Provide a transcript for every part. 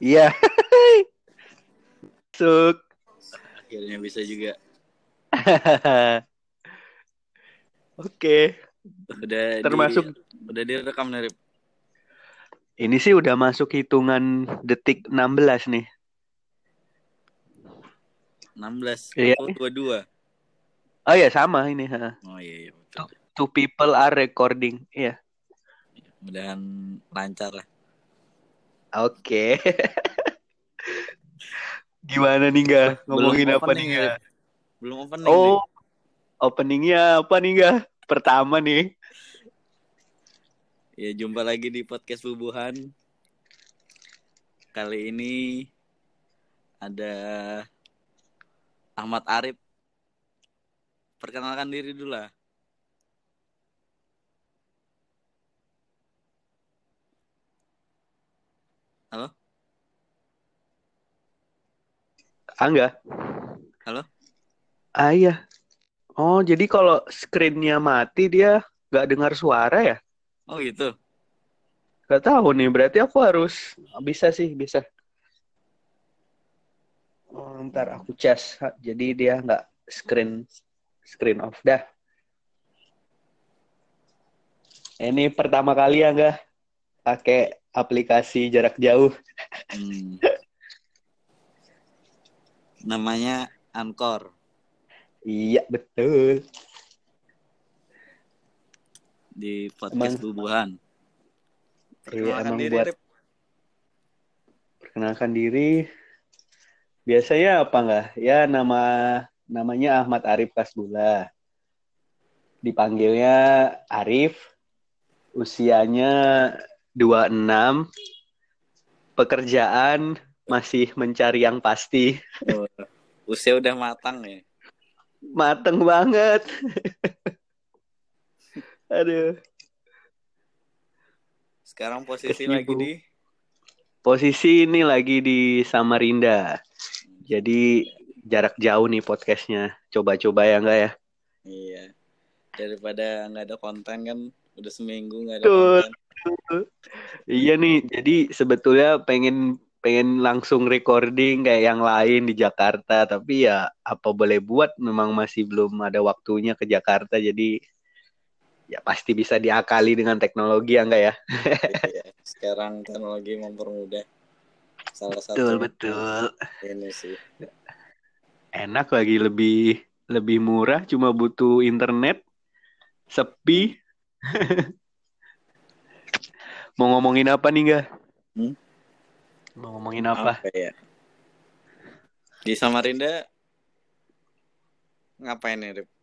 Iya, masuk. Akhirnya bisa juga. Oke, Udah termasuk udah direkam nih, Rip. ini sih udah masuk hitungan detik 16 nih. 16. Iya. Aku 22. Oh ya sama ini. Oh iya, iya betul. Two people are recording. Iya. Mudahan lancar lah. Oke. Gimana nih Oh, gak? belum Ngomongin apa nih opening nih, gak? Rip. Belum opening nih. Oh, openingnya apa nih gak? Pertama nih. Ya, jumpa lagi di podcast Bubuhan. Kali ini ada Ahmad Arif. Perkenalkan diri dulu lah. Halo? Enggak. Halo? Iya. Oh, jadi kalau screen-nya mati dia nggak dengar suara ya? Oh gitu. Gak tahu nih, berarti aku harus bisa sih, bisa. Oh, ntar aku cas, jadi dia nggak screen off dah. Ini pertama kali ya nggak pakai aplikasi jarak jauh. Hmm. Namanya Anchor. Iya betul. Di podcast Emang Bubuhan. iya Perkenalkan emang diri, buat Rip. perkenalkan diri. Biasanya apa nggak? Ya namanya Ahmad Arif Kasbula. Dipanggilnya Arif. Usianya 26. Pekerjaan masih mencari yang pasti. Oh, usia udah matang ya. Mateng banget. Aduh. Sekarang posisi lagi di. Kesibukan. Posisi ini lagi di Samarinda. Jadi jarak jauh nih podcastnya. Coba-coba ya enggak ya? Iya. Daripada nggak ada konten kan. Udah seminggu nggak ada Betul. konten. Iya nih. Jadi sebetulnya pengen pengen langsung recording kayak yang lain di Jakarta. Tapi ya apa boleh buat memang masih belum ada waktunya ke Jakarta. Jadi ya pasti bisa diakali dengan teknologi ya enggak ya? Iya. Sekarang teknologi mempermudah. Salah Betul, satunya betul. ini sih. Enak lagi lebih lebih murah cuma butuh internet sepi. Mau ngomongin apa nih gak? Hmm? Mau ngomongin apa? Apa ya? Di Samarinda ngapain nih, Rip?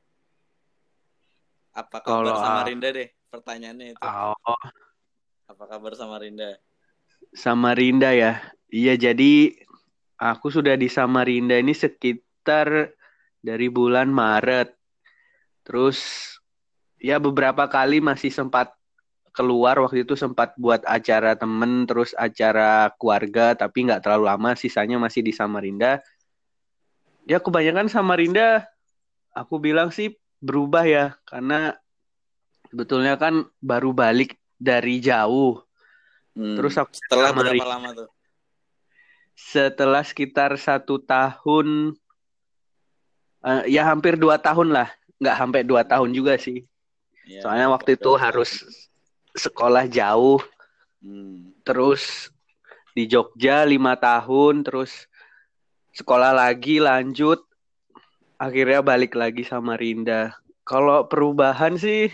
Apa kabar Kalau Samarinda deh? Pertanyaannya itu. oh, Apa kabar Samarinda? Samarinda ya. Iya jadi aku sudah di Samarinda ini sekitar dari bulan Maret. Terus ya beberapa kali masih sempat keluar waktu itu sempat buat acara temen terus acara keluarga tapi nggak terlalu lama sisanya masih di Samarinda. Ya kebanyakan Samarinda aku bilang sih berubah ya karena sebetulnya kan baru balik dari jauh. Terus aku ke Setelah berapa Samarinda lama tuh? setelah sekitar 1 tahun, ya hampir 2 tahun lah, nggak sampai 2 tahun juga sih. Ya, Soalnya hampir waktu itu 2 tahun. harus sekolah jauh, Hmm. terus di Jogja 5 tahun, terus sekolah lagi lanjut, akhirnya balik lagi Samarinda. Kalau perubahan sih,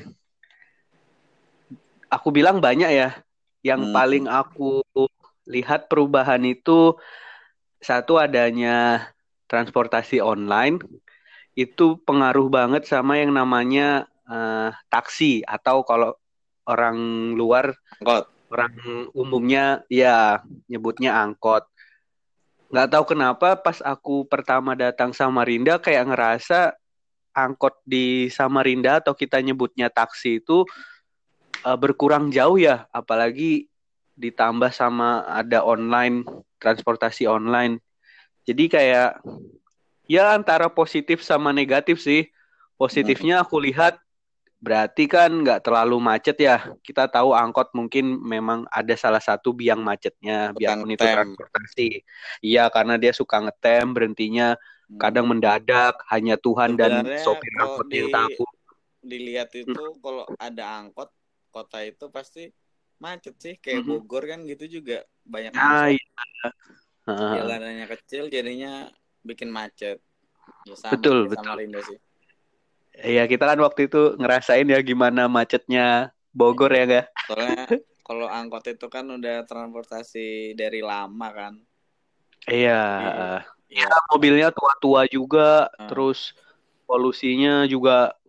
aku bilang banyak ya. Yang paling Hmm. aku lihat perubahan itu satu adanya transportasi online itu pengaruh banget sama yang namanya taksi atau kalau orang luar Angkot. orang umumnya ya nyebutnya angkot. Nggak tahu kenapa pas aku pertama datang Samarinda kayak ngerasa angkot di Samarinda atau kita nyebutnya taksi itu berkurang jauh ya, apalagi ditambah sama ada online transportasi online. Jadi kayak ya antara positif sama negatif sih. Hmm. Positifnya aku lihat Berarti kan nggak terlalu macet ya. Kita tahu angkot mungkin memang ada salah satu biang macetnya, Tukang biarpun itu tem. transportasi. Iya, karena dia suka ngetem, berhentinya Hmm. kadang mendadak, hanya Tuhan dan Sebenarnya sopir kalau angkotnya yang tahu. dilihat itu kalau ada angkot kota itu pasti macet sih. Kayak Mhm. Bogor kan gitu juga banyak Ah, angkot. iya. Heeh. Jalanannya kecil jadinya bikin macet. Ya sama Betul, kayak betul. Samarinda sih. Iya, kita kan waktu itu ngerasain ya gimana macetnya Bogor Iya. ya, gak? Soalnya kalau angkot itu kan udah transportasi dari lama kan. Iya, Jadi heeh. Ya, ya mobilnya tua-tua juga, eh, terus polusinya juga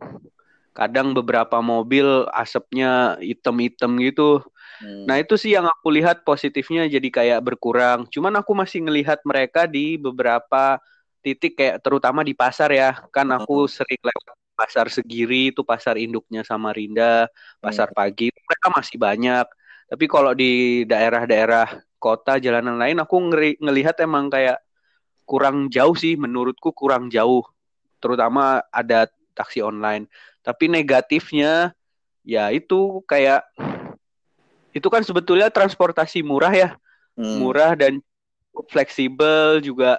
kadang beberapa mobil asapnya hitam-hitam gitu. Nah, hmm, itu sih yang aku lihat positifnya jadi kayak berkurang. Cuman aku masih ngelihat mereka di beberapa titik kayak terutama di pasar ya. Kan aku hmm, sering lewat pasar Segiri itu pasar induknya Samarinda, pasar hmm, pagi mereka masih banyak. Tapi kalau di daerah-daerah kota jalanan lain aku ngelihat emang kayak kurang jauh sih menurutku kurang jauh. Terutama ada taksi online. Tapi negatifnya ya itu kayak itu kan sebetulnya transportasi murah ya, hmm, murah dan fleksibel juga.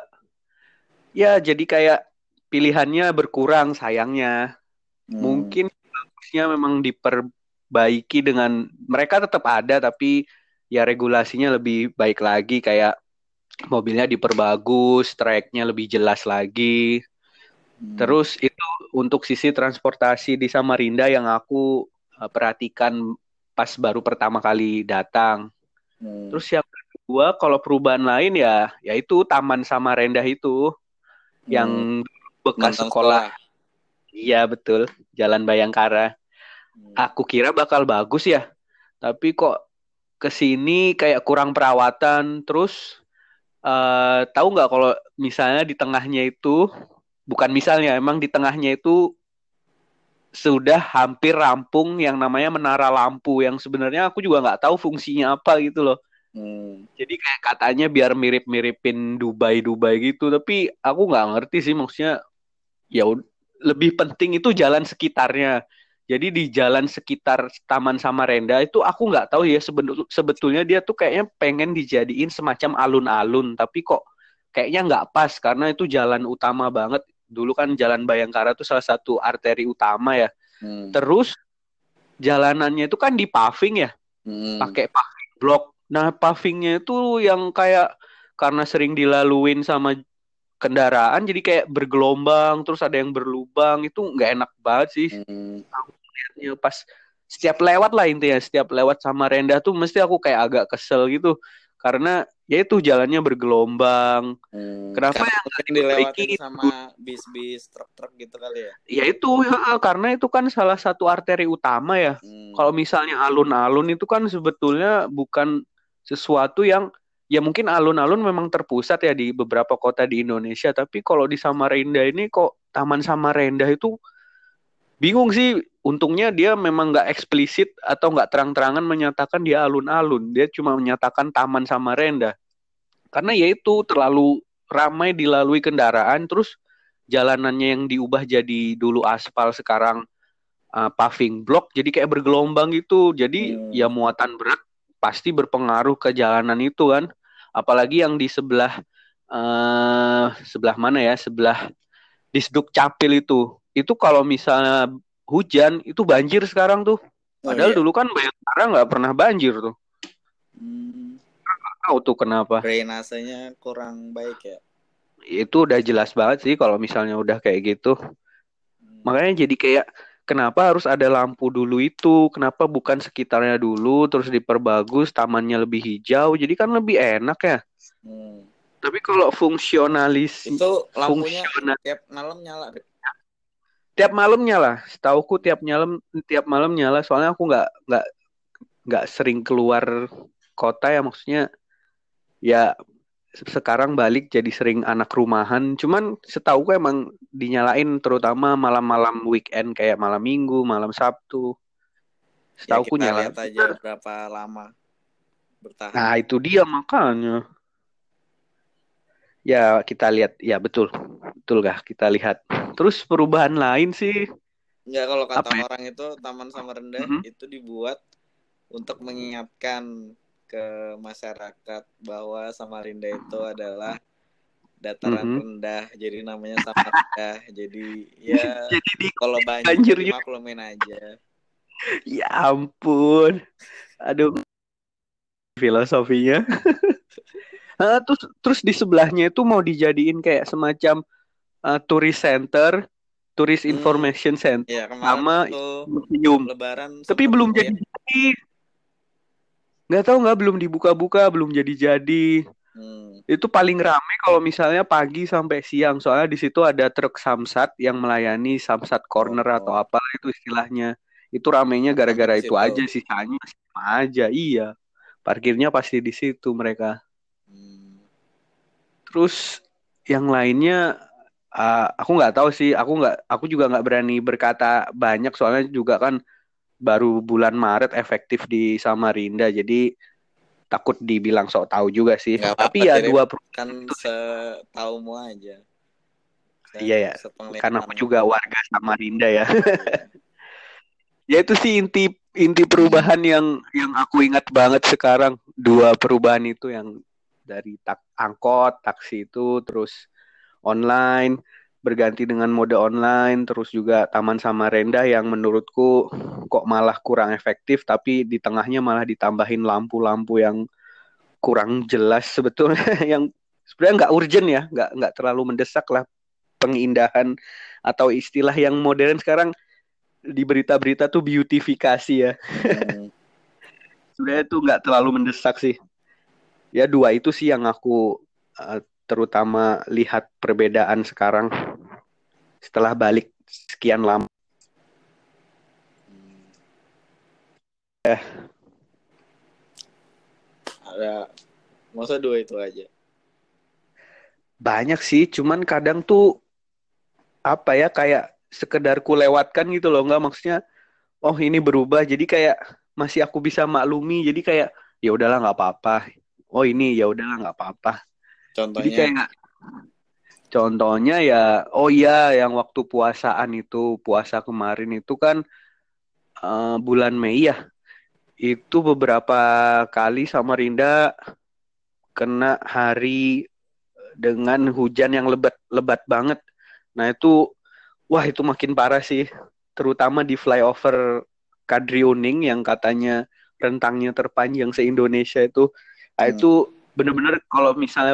Ya, jadi kayak pilihannya berkurang sayangnya. hmm, Mungkin bagusnya memang diperbaiki dengan mereka tetap ada tapi ya regulasinya lebih baik lagi kayak mobilnya diperbagus, tracknya lebih jelas lagi. hmm, Terus itu untuk sisi transportasi di Samarinda yang aku perhatikan pas baru pertama kali datang. hmm. Terus yang kedua, kalau perubahan lain ya, yaitu Taman Samarinda itu Hmm. yang bekas Mantan sekolah. sekolah. Iya betul, Jalan Bayangkara. Hmm. Aku kira bakal bagus ya, tapi kok kesini kayak kurang perawatan. Terus tahu nggak kalau misalnya di tengahnya itu, bukan misalnya, emang di tengahnya itu sudah hampir rampung yang namanya menara lampu yang sebenarnya aku juga nggak tahu fungsinya apa gitu loh. Hmm. Jadi kayak katanya biar mirip-miripin Dubai-Dubai gitu, tapi aku nggak ngerti sih maksudnya. Lebih penting itu jalan sekitarnya. Jadi di jalan sekitar Taman Samarinda itu aku nggak tahu ya sebetulnya dia tuh kayaknya pengen dijadiin semacam alun-alun, tapi kok kayaknya nggak pas karena itu jalan utama banget. Dulu kan Jalan Bayangkara tuh salah satu arteri utama ya. Hmm. Terus jalanannya itu kan di paving ya, Hmm. pakai paving block. Nah, pavingnya itu yang kayak karena sering dilaluin sama kendaraan jadi kayak bergelombang terus ada yang berlubang itu nggak enak banget sih Hmm. aku lihatnya pas setiap lewat lah intinya setiap lewat Samarinda tuh mesti aku kayak agak kesel gitu karena ya itu jalannya bergelombang Hmm. kenapa Karena ya nggak mungkin diperbaiki dilewatin dulu sama bis-bis truk-truk gitu kali ya. ya itu ya, karena itu kan salah satu arteri utama ya kalau Hmm. misalnya alun-alun itu kan sebetulnya bukan sesuatu yang ya mungkin alun-alun memang terpusat ya di beberapa kota di Indonesia tapi kalau di Samarinda ini kok Taman Samarinda itu bingung sih untungnya dia memang nggak eksplisit atau nggak terang-terangan menyatakan dia alun-alun dia cuma menyatakan Taman Samarinda karena ya itu terlalu ramai dilalui kendaraan terus jalanannya yang diubah jadi dulu aspal sekarang paving block jadi kayak bergelombang gitu jadi Hmm. ya muatan berat pasti berpengaruh ke jalanan itu kan apalagi yang di sebelah sebelah mana ya sebelah Disduk Capil itu kalau misalnya hujan itu banjir sekarang tuh Oh padahal iya. dulu kan Bayangkara nggak pernah banjir tuh Hmm. tahu tuh kenapa Drainasenya kurang baik ya. itu udah jelas banget sih kalau misalnya udah kayak gitu Hmm. makanya jadi kayak kenapa harus ada lampu dulu itu? Kenapa bukan sekitarnya dulu terus diperbagus, tamannya lebih hijau, jadi kan lebih enak ya. Hmm. Tapi kalau fungsionalis Itu lampunya fungsional tiap malam nyala. Rip. tiap malam nyala, setauku tiap malam nyala. Soalnya aku nggak sering keluar kota ya maksudnya ya sekarang balik jadi sering anak rumahan. Cuman setauku emang dinyalain terutama malam-malam weekend kayak malam Minggu, malam Sabtu. Ya Setauku kita nyala. lihat aja berapa lama bertahan. Nah, itu dia makanya. Ya, kita lihat. Ya, betul. Betul gak? Kita lihat. Terus perubahan lain sih. Enggak, kalau kata Apa ya? orang itu Taman Samarinda Mhm. itu dibuat untuk mengingatkan ke masyarakat bahwa Samarinda itu adalah dataran Mhm. rendah, jadi namanya Samarinda. Jadi ya Jadi di kalau banjir ya banjir juga. dimaklumin aja. Ya ampun. Aduh, filosofinya. Terus terus di sebelahnya itu mau dijadiin kayak semacam tourist center, tourist Hmm, information center ya kemarin sama waktu museum. Lebaran Tapi sempet belum ya. jadi. Nggak tahu nggak belum dibuka-buka, belum jadi-jadi. Hmm. Itu paling rame kalau misalnya pagi sampai siang. Soalnya di situ ada truk Samsat yang melayani Samsat Corner atau Oh, apa itu istilahnya. Itu ramenya parkirnya gara-gara di itu situ. aja, sisanya sama aja. Iya, parkirnya pasti di situ mereka. Hmm. Terus yang lainnya aku nggak tahu sih. Aku juga nggak berani berkata banyak soalnya juga kan baru bulan Maret efektif di Samarinda. Jadi takut dibilang sok tahu juga sih. Nggak Tapi apa-apa, ya Tirip. dua Kan perusahaan itu sih. setaumu aja. Iya ya, karena aku Sepenglihatanmu. juga warga Samarinda ya. Iya. Ya itu sih inti inti perubahan yang aku ingat banget sekarang. Dua perubahan itu yang dari angkot, taksi itu terus online berganti dengan mode online, terus juga Taman Samarinda yang menurutku kok malah kurang efektif tapi di tengahnya malah ditambahin lampu-lampu yang kurang jelas sebetulnya yang sebenarnya nggak urgent ya, nggak terlalu mendesak lah pengindahan atau istilah yang modern sekarang di berita-berita tuh beautifikasi ya. Hmm. Sebenarnya tuh nggak terlalu mendesak sih. Ya dua itu sih yang aku eh, terutama lihat perbedaan sekarang setelah balik sekian lama. Ada masa dua itu aja. Banyak sih, cuman kadang tuh apa ya kayak sekedar ku lewatkan gitu loh, nggak maksudnya oh ini berubah jadi kayak masih aku bisa maklumi jadi kayak ya udahlah nggak apa-apa. Oh ini Hmm. ya udahlah nggak apa-apa. Jadi Contohnya, kayak contohnya ya, oh iya yang waktu puasaan itu, puasa kemarin itu kan bulan Mei ya, itu beberapa kali Samarinda kena hari dengan hujan yang lebat banget. Nah itu, wah itu makin parah sih, terutama di flyover Kadriuning yang katanya rentangnya terpanjang se-Indonesia itu. Nah, hmm, itu bener-bener kalau misalnya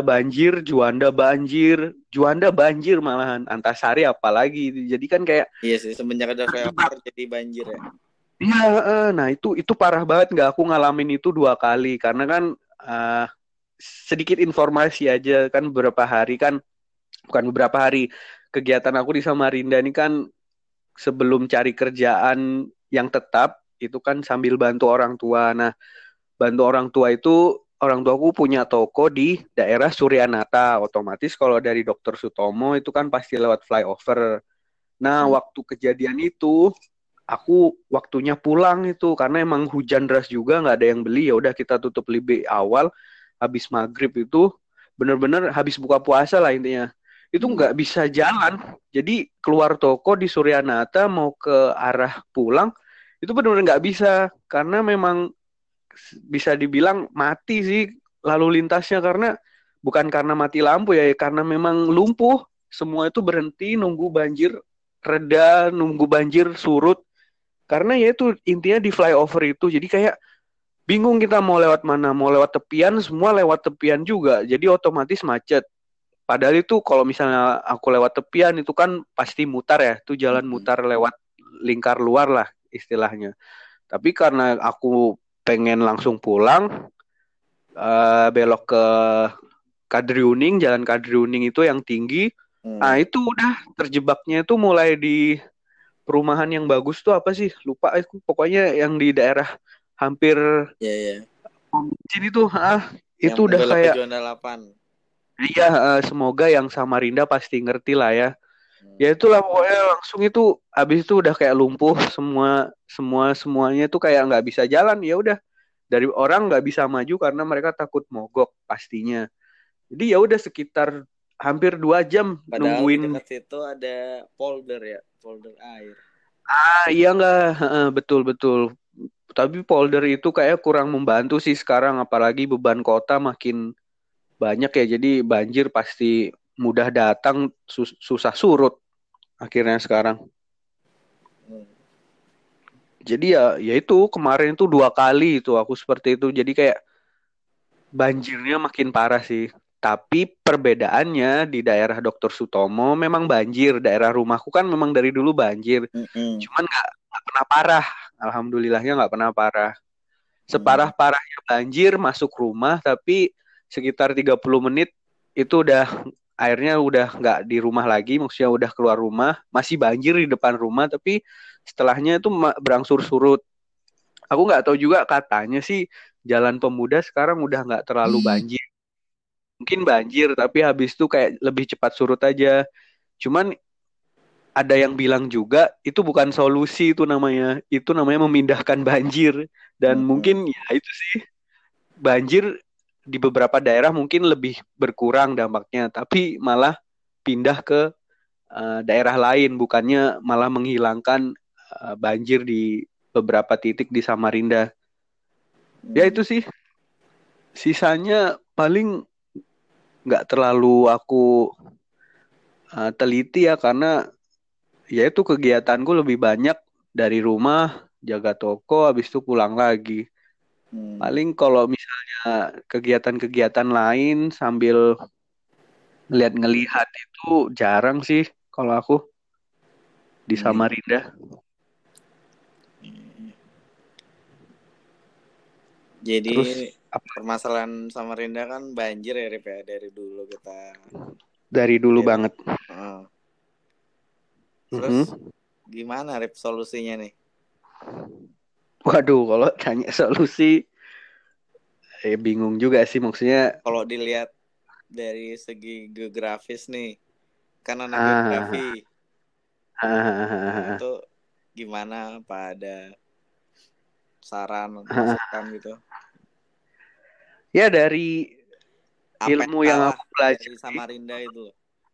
Juanda banjir malahan, Antasari apalagi. Jadi kan kayak iya sih semenjak ada flyover terjebak. jadi banjir ya. Iya, nah itu parah banget nggak aku ngalamin itu dua kali karena kan eh, sedikit informasi aja kan beberapa hari kan bukan beberapa hari kegiatan aku di Samarinda ini kan sebelum cari kerjaan yang tetap itu kan sambil bantu orang tua. Nah, bantu orang tua itu orang tuaku punya toko di daerah Suryanata. Otomatis kalau dari Dokter Sutomo itu kan pasti lewat flyover. Nah, Hmm. waktu kejadian itu aku waktunya pulang itu karena emang hujan deras juga nggak ada yang beli ya udah kita tutup lebih awal habis maghrib itu bener-bener habis buka puasa lah intinya itu Hmm. nggak bisa jalan jadi keluar toko di Suryanata mau ke arah pulang itu bener-bener nggak bisa karena memang bisa dibilang mati sih lalu lintasnya karena bukan karena mati lampu ya karena memang lumpuh semua itu berhenti nunggu banjir reda nunggu banjir surut karena ya itu intinya di flyover itu. Jadi kayak bingung kita mau lewat mana. Mau lewat tepian, semua lewat tepian juga. Jadi otomatis macet. Padahal itu kalau misalnya aku lewat tepian itu kan pasti mutar ya. Itu jalan Hmm. mutar lewat lingkar luar lah istilahnya. Tapi karena aku pengen langsung pulang, belok ke Kadriuning, jalan Kadriuning itu yang tinggi. Nah Hmm. itu udah terjebaknya itu mulai di perumahan yang bagus tuh apa sih? Lupa aku. Pokoknya yang di daerah hampir Iya, iya. sini tuh, Yang itu mau udah belok ke kayak Juanda 8. iya, semoga yang Samarinda pasti ngerti lah ya. Ya Hmm. itulah pokoknya langsung itu abis itu udah kayak lumpuh semua semuanya tuh kayak nggak bisa jalan ya udah dari orang nggak bisa maju karena mereka takut mogok pastinya. Jadi ya udah sekitar hampir 2 jam Padahal di nungguin. dekat situ ada polder ya, polder air. Iya nggak, betul betul. Tapi polder itu kayak kurang membantu sih sekarang, apalagi beban kota makin banyak ya. Jadi banjir pasti mudah datang, susah surut akhirnya sekarang. Hmm. Jadi ya itu kemarin itu 2 kali itu aku seperti itu. Jadi kayak banjirnya makin parah sih. Tapi perbedaannya di daerah Dr. Sutomo memang banjir. Daerah rumahku kan memang dari dulu banjir. Mm-mm. Cuman nggak pernah parah. Alhamdulillahnya nggak pernah parah. Hmm. Separah-parahnya banjir masuk rumah, tapi sekitar 30 menit itu udah airnya udah nggak di rumah lagi, maksudnya udah keluar rumah, masih banjir di depan rumah, tapi setelahnya itu berangsur surut. Aku nggak tahu juga, katanya sih Jalan Pemuda sekarang udah nggak terlalu banjir. Mungkin banjir, tapi habis itu kayak lebih cepat surut aja. Cuman ada yang bilang juga itu bukan solusi, itu namanya memindahkan banjir. Dan Mm-mm. mungkin ya itu sih, banjir di beberapa daerah mungkin lebih berkurang dampaknya, tapi malah pindah ke daerah lain, bukannya malah menghilangkan banjir di beberapa titik di Samarinda. Ya Hmm. itu sih, sisanya paling nggak terlalu aku teliti ya, karena ya itu kegiatanku lebih banyak dari rumah, jaga toko, habis itu pulang lagi. Hmm. Paling kalau misalnya kegiatan-kegiatan lain sambil ngelihat-ngelihat itu jarang sih kalau aku di Hmm. Samarinda. Jadi Terus permasalahan Samarinda kan banjir ya Rip, ya dari dulu kita dari dulu lihat. banget. Heeh. Terus Mhm. gimana Rip solusinya nih? Waduh, kalau tanya solusi, bingung juga sih, maksudnya. Kalau dilihat dari segi geografis nih, kan anak ah, geografi. Nah, ah, itu gimana? Apa ada saran, ah. masukan gitu? Ya dari Apa yang ilmu yang salah aku dari pelajari, Samarinda itu?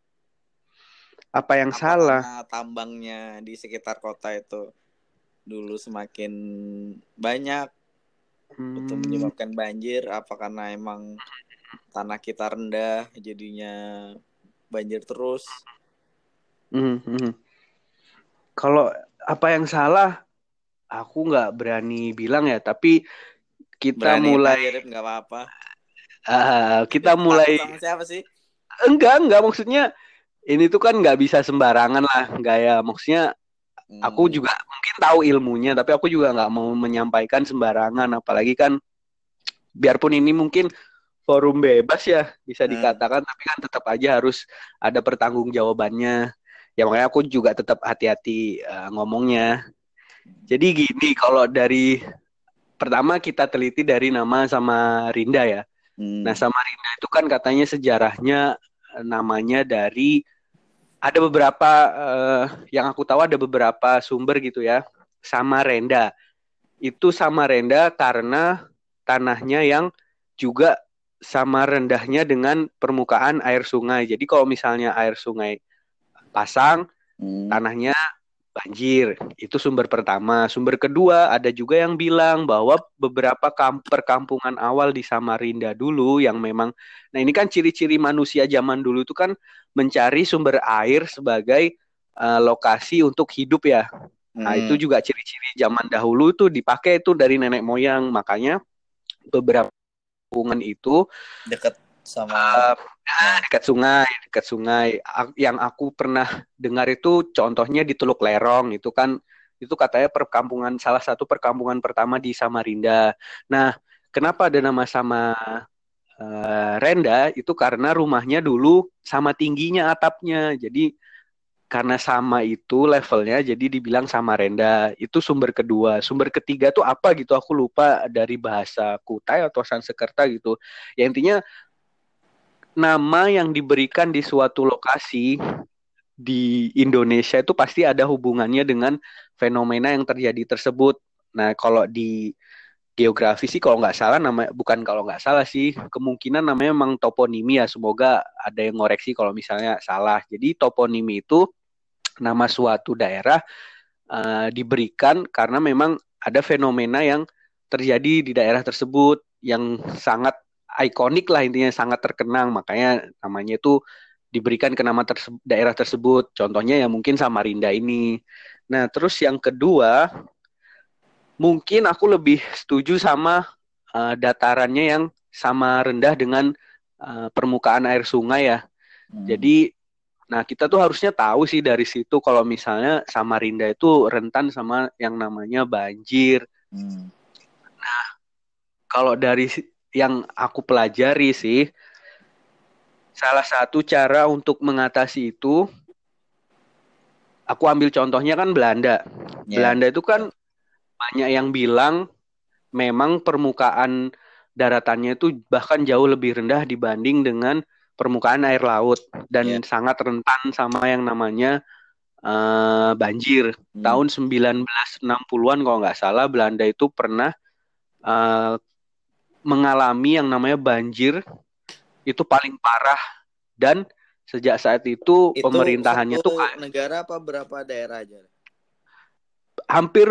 apa yang Apa salah? karena tambangnya di sekitar kota itu dulu semakin banyak itu Hmm, menyebabkan banjir? Apa karena emang tanah kita rendah jadinya banjir terus? mhm, mhm. Kalau apa yang salah, aku nggak berani bilang ya. Tapi kita Beraniin mulai, aja Rip, nggak apa-apa. kita Takut mulai sama siapa sih? enggak, maksudnya ini tuh kan nggak bisa sembarangan lah, nggak ya, maksudnya aku Hmm. juga mungkin tahu ilmunya, tapi aku juga nggak mau menyampaikan sembarangan, apalagi kan biarpun ini mungkin forum bebas ya bisa Nah. dikatakan, tapi kan tetap aja harus ada pertanggungjawabannya. Ya makanya aku juga tetap hati-hati ngomongnya. Jadi gini, kalau dari pertama kita teliti dari nama Samarinda ya. Nah, Hmm. Samarinda itu kan katanya sejarahnya namanya dari, ada beberapa yang aku tahu, ada beberapa sumber gitu ya. Samarinda. Itu sama Samarinda karena tanahnya yang juga sama rendahnya dengan permukaan air sungai. Jadi kalau misalnya air sungai pasang, Hmm. tanahnya banjir. Itu sumber pertama. Sumber kedua, ada juga yang bilang bahwa beberapa perkampungan awal di Samarinda dulu yang memang, nah ini kan ciri-ciri manusia zaman dulu itu kan mencari sumber air sebagai lokasi untuk hidup ya. Nah, itu Hmm. juga ciri-ciri zaman dahulu tuh dipakai itu dari nenek moyang. Makanya beberapa hubungan itu Dekat sama. uh, Nah. dekat sungai. Yang aku pernah dengar itu contohnya di Teluk Lerong, itu kan itu katanya perkampungan, salah satu perkampungan pertama di Samarinda. Nah, kenapa ada nama sama Renda? Itu karena rumahnya dulu sama tingginya atapnya. Jadi karena sama itu levelnya, jadi dibilang sama Renda. Itu sumber kedua. Sumber ketiga tuh apa gitu, aku lupa, dari bahasa Kutai atau Sanskerta gitu. Ya intinya nama yang diberikan di suatu lokasi di Indonesia itu pasti ada hubungannya dengan fenomena yang terjadi tersebut. Nah, kalau di geografi sih kalau nggak salah, nama bukan, kalau nggak salah sih, kemungkinan namanya memang toponimi ya. Semoga ada yang ngoreksi kalau misalnya salah. Jadi toponimi itu nama suatu daerah diberikan karena memang ada fenomena yang terjadi di daerah tersebut yang sangat ikonik lah, intinya sangat terkenang, makanya namanya itu diberikan ke nama daerah tersebut. Contohnya ya mungkin Samarinda ini. Nah, terus yang kedua, mungkin aku lebih setuju sama datarannya yang sama rendah dengan permukaan air sungai ya. Jadi, nah kita tuh harusnya tahu sih dari situ kalau misalnya Samarinda itu rentan sama yang namanya banjir. Nah, kalau dari yang aku pelajari sih, salah satu cara untuk mengatasi itu, aku ambil contohnya kan Belanda. Belanda itu kan banyak yang bilang memang permukaan daratannya itu bahkan jauh lebih rendah dibanding dengan permukaan air laut dan sangat rentan sama yang namanya banjir. Tahun 1960-an kalau nggak salah Belanda itu pernah mengalami yang namanya banjir itu paling parah, dan sejak saat itu pemerintahannya tuh negara apa berapa daerah aja? Hampir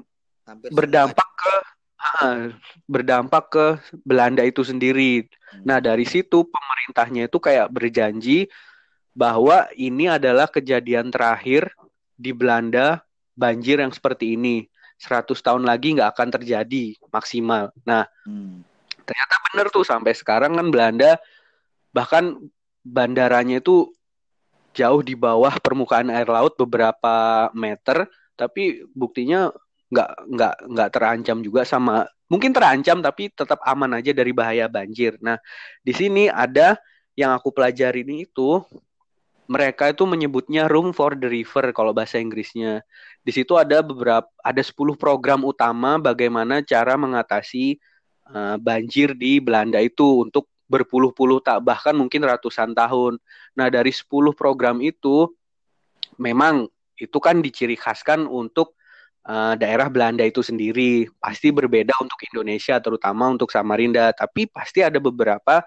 berdampak ke Belanda itu sendiri. Nah, dari situ pemerintahnya itu kayak berjanji bahwa ini adalah kejadian terakhir di Belanda banjir yang seperti ini. 100 tahun lagi nggak akan terjadi maksimal. Nah, ternyata benar tuh, sampai sekarang kan Belanda bahkan bandaranya itu jauh di bawah permukaan air laut beberapa meter, tapi buktinya nggak terancam juga sama, mungkin terancam tapi tetap aman aja dari bahaya banjir. Nah, di sini ada yang aku pelajari ini itu mereka itu menyebutnya Room for the River kalau bahasa Inggrisnya. Di situ ada 10 program utama bagaimana cara mengatasi banjir di Belanda itu untuk berpuluh-puluh bahkan mungkin ratusan tahun. Nah, dari 10 program itu memang itu kan diciri khaskan untuk daerah Belanda itu sendiri. Pasti berbeda untuk Indonesia, terutama untuk Samarinda. Tapi pasti ada beberapa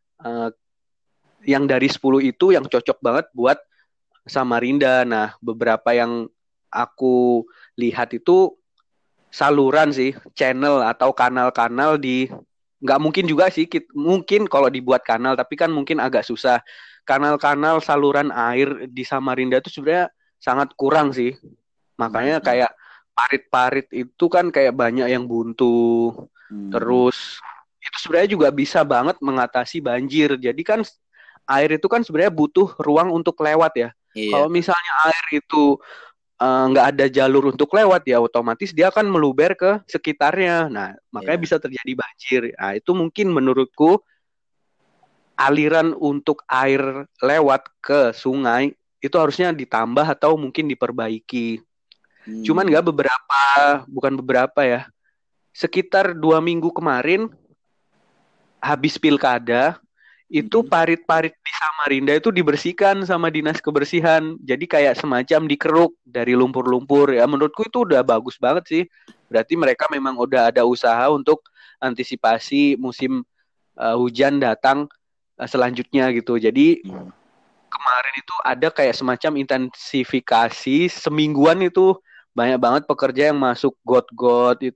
yang dari 10 itu yang cocok banget buat Samarinda. Nah, beberapa yang aku lihat itu saluran sih, channel atau kanal-kanal di, nggak mungkin juga sih, mungkin kalau dibuat kanal, tapi kan mungkin agak susah. Kanal-kanal saluran air di Samarinda itu sebenarnya sangat kurang sih. Makanya kayak parit-parit itu kan kayak banyak yang buntu. Terus itu sebenarnya juga bisa banget mengatasi banjir. Jadi kan air itu kan sebenarnya butuh ruang untuk lewat ya. Kalau misalnya air itu nggak ada jalur untuk lewat ya otomatis dia akan meluber ke sekitarnya. Nah, makanya bisa terjadi banjir. Nah, itu mungkin menurutku aliran untuk air lewat ke sungai itu harusnya ditambah atau mungkin diperbaiki. Cuman bukan beberapa ya. Sekitar 2 minggu kemarin habis pilkada itu parit-parit di Samarinda itu dibersihkan sama dinas kebersihan. Jadi kayak semacam dikeruk dari lumpur-lumpur. Ya menurutku itu udah bagus banget sih. Berarti mereka memang udah ada usaha untuk antisipasi musim hujan datang selanjutnya gitu. Jadi kemarin itu ada kayak semacam intensifikasi semingguan itu banyak banget pekerja yang masuk got-got itu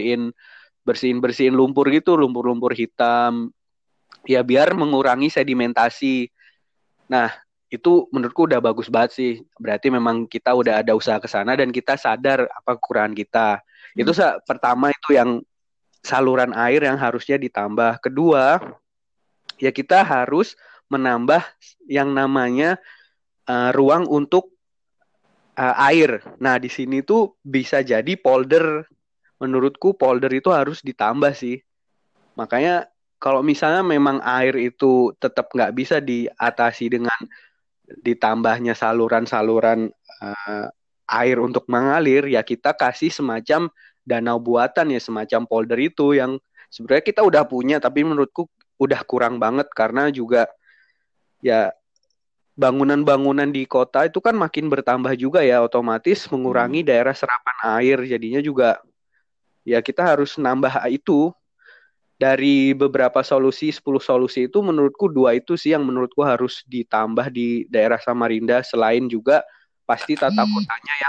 bersihin lumpur gitu, lumpur-lumpur hitam. Ya biar mengurangi sedimentasi. Nah, itu menurutku udah bagus banget sih. Berarti memang kita udah ada usaha ke sana dan kita sadar apa kekurangan kita. Itu pertama itu yang saluran air yang harusnya ditambah. Kedua, ya kita harus menambah yang namanya ruang untuk air. Nah, di sini tuh bisa jadi polder. Menurutku polder itu harus ditambah sih. Makanya kalau misalnya memang air itu tetap nggak bisa diatasi dengan ditambahnya saluran-saluran air untuk mengalir, ya kita kasih semacam danau buatan ya, semacam polder itu yang sebenarnya kita udah punya, tapi menurutku udah kurang banget karena juga ya bangunan-bangunan di kota itu kan makin bertambah juga ya, otomatis mengurangi daerah serapan air, jadinya juga ya kita harus nambah itu. Dari beberapa solusi, 10 solusi itu menurutku 2 itu sih yang menurutku harus ditambah di daerah Samarinda, selain juga pasti tata kotanya yang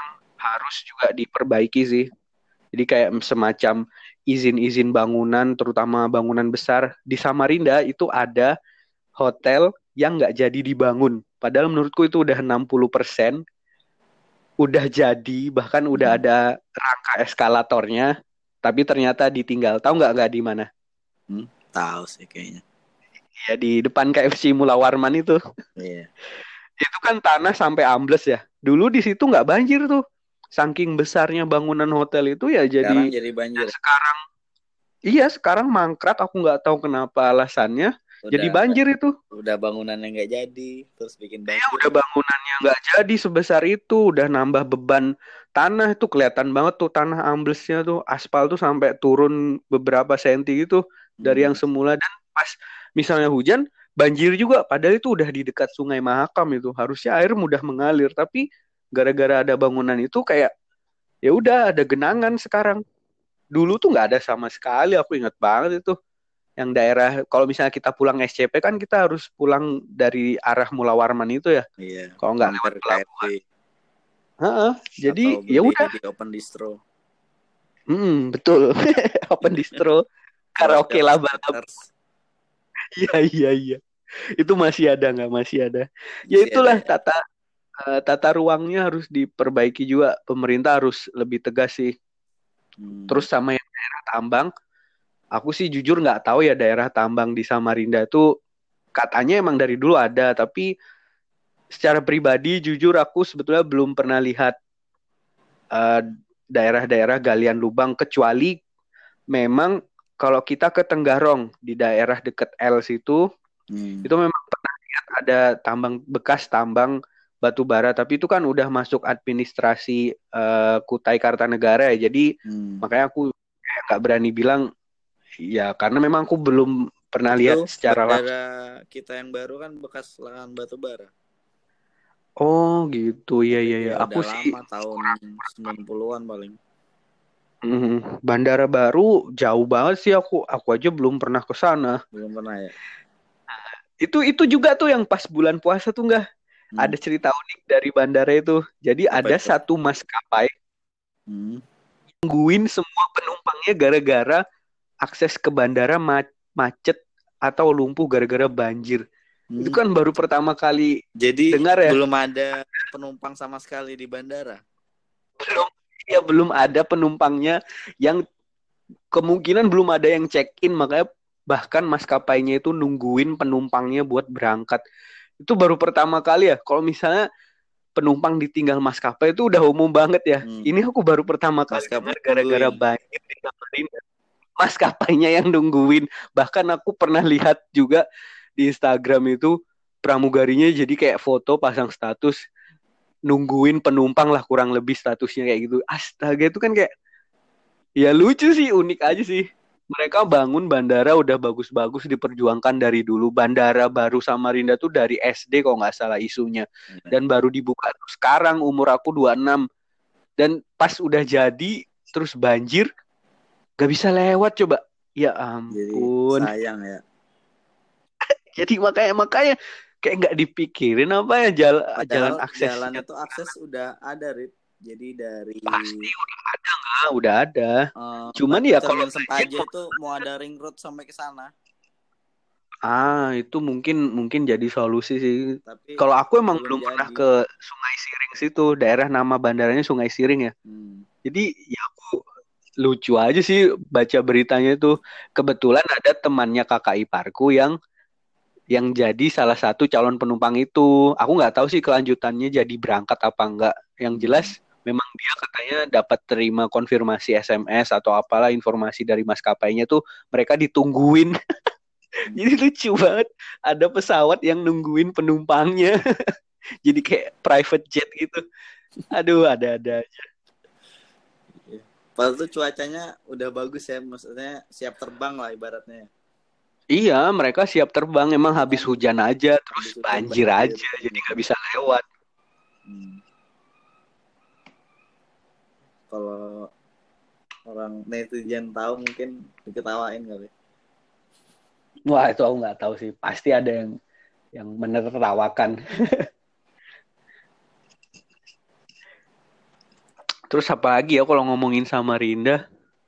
harus juga diperbaiki sih. Jadi kayak semacam izin-izin bangunan, terutama bangunan besar. Di Samarinda itu ada hotel yang nggak jadi dibangun. Padahal menurutku itu udah 60%, udah jadi, bahkan udah ada rangka eskalatornya, tapi ternyata ditinggal. Tahu nggak di mana? Tahu sih kayaknya. Ya di depan KFC Mula Warman itu. Iya. Itu kan tanah sampai ambles ya. Dulu di situ nggak banjir tuh. Saking besarnya bangunan hotel itu ya Sekarang jadi. jadi banjir. Dan sekarang, iya sekarang mangkrak. Aku nggak tahu kenapa alasannya. Jadi banjir itu. Udah bangunannya nggak jadi, terus bikin Ya banjir. udah bangunannya nggak jadi sebesar itu. Udah nambah beban tanah itu kelihatan banget tuh tanah amblesnya tuh. Aspal tuh sampai turun beberapa senti gitu dari yang semula. Dan pas misalnya hujan, banjir juga. Padahal itu udah di dekat Sungai Mahakam itu. Harusnya air mudah mengalir. Tapi gara-gara ada bangunan itu kayak ya udah ada genangan sekarang. Dulu tuh nggak ada sama sekali. Aku ingat banget itu. Yang daerah, kalau misalnya kita pulang SCP kan kita harus pulang dari arah Mula Warman itu ya. Iya, Kalau nggak lewat mampir KFC pelabuhan. Heeh, jadi atau ya beli udah. di Open Distro. Betul. Open distro, karaoke Vouchers, laba-laba. vouchers. Iya, iya, iya. Itu masih ada nggak? Masih ada. Ya Masih ada itulah ya. tata ruangnya harus diperbaiki juga. Pemerintah harus lebih tegas sih. Terus sama yang daerah tambang, aku sih jujur nggak tahu ya daerah tambang di Samarinda itu katanya emang dari dulu ada, tapi secara pribadi jujur aku sebetulnya belum pernah lihat eh, daerah-daerah galian lubang kecuali memang kalau kita ke Tenggarong di daerah dekat El situ itu memang pernah lihat ada tambang bekas tambang batu bara tapi itu kan udah masuk administrasi Kutai Kartanegara ya jadi makanya aku kayak nggak berani bilang ya karena memang aku belum pernah Itu lihat secara langsung. bandara kita yang baru kan bekas lahan batu bara. Oh gitu ya ya ya Ya aku udah sih lama, tahun 90-an paling. Bandara Baru jauh banget sih aku aja belum pernah ke sana. Belum pernah ya. Itu juga tuh yang pas bulan puasa tuh nggak ada cerita unik dari bandara itu. Jadi Apa ada itu? satu maskapai nungguin semua penumpangnya gara-gara akses ke bandara macet atau lumpuh gara-gara banjir. Itu kan baru pertama kali Jadi dengar ya. belum ada penumpang sama sekali di bandara. Belum ada penumpangnya yang kemungkinan belum ada yang check-in makanya bahkan maskapainya itu nungguin penumpangnya buat berangkat. Itu baru pertama kali ya. Kalau misalnya penumpang ditinggal maskapai itu udah umum banget ya. Ini aku baru pertama kali dengar gara-gara banjir di Samarinda. Maskapainya yang nungguin. Bahkan aku pernah lihat juga di Instagram itu pramugarinya jadi kayak foto pasang status nungguin penumpang lah kurang lebih statusnya kayak gitu. Astaga itu kan kayak ya lucu sih, unik aja sih. Mereka bangun bandara udah bagus-bagus diperjuangkan dari dulu. Bandara baru Samarinda tuh dari SD kalau nggak salah isunya. Dan baru dibuka tuh sekarang umur aku 26. Dan pas udah jadi terus banjir gak bisa lewat coba. Ya ampun. Jadi sayang ya. Jadi makanya kayak nggak dipikirin apa ya jalan aksesnya. Jalan itu akses udah ada, Rit. Jadi dari Pasti udah ada nggak? Udah ada. Cuman berarti ya kalau Cermin Sempaja itu mau ada ring road sampai ke sana. itu mungkin jadi solusi sih. Tapi Kalau aku emang belum jadi. pernah ke Sungai Siring situ, daerah nama bandaranya Sungai Siring ya. Jadi ya aku lucu aja sih baca beritanya itu. Kebetulan ada temannya kakak iparku yang jadi salah satu calon penumpang itu. Aku nggak tahu sih kelanjutannya jadi berangkat apa enggak. Yang jelas memang dia katanya dapat terima konfirmasi SMS atau apalah informasi dari maskapainya tuh mereka ditungguin. Jadi lucu banget. Ada pesawat yang nungguin penumpangnya. Jadi kayak private jet gitu. Aduh, ada-ada aja. Padahal tuh cuacanya udah bagus ya. Maksudnya siap terbang lah ibaratnya. Iya, mereka siap terbang. Emang habis hujan aja. Terus banjir aja. Jadi nggak bisa lewat. Kalau orang netizen tahu mungkin diketawain kali. Wah, itu aku nggak tahu sih. Pasti ada yang menertawakan. Terus apa lagi ya kalau ngomongin Samarinda?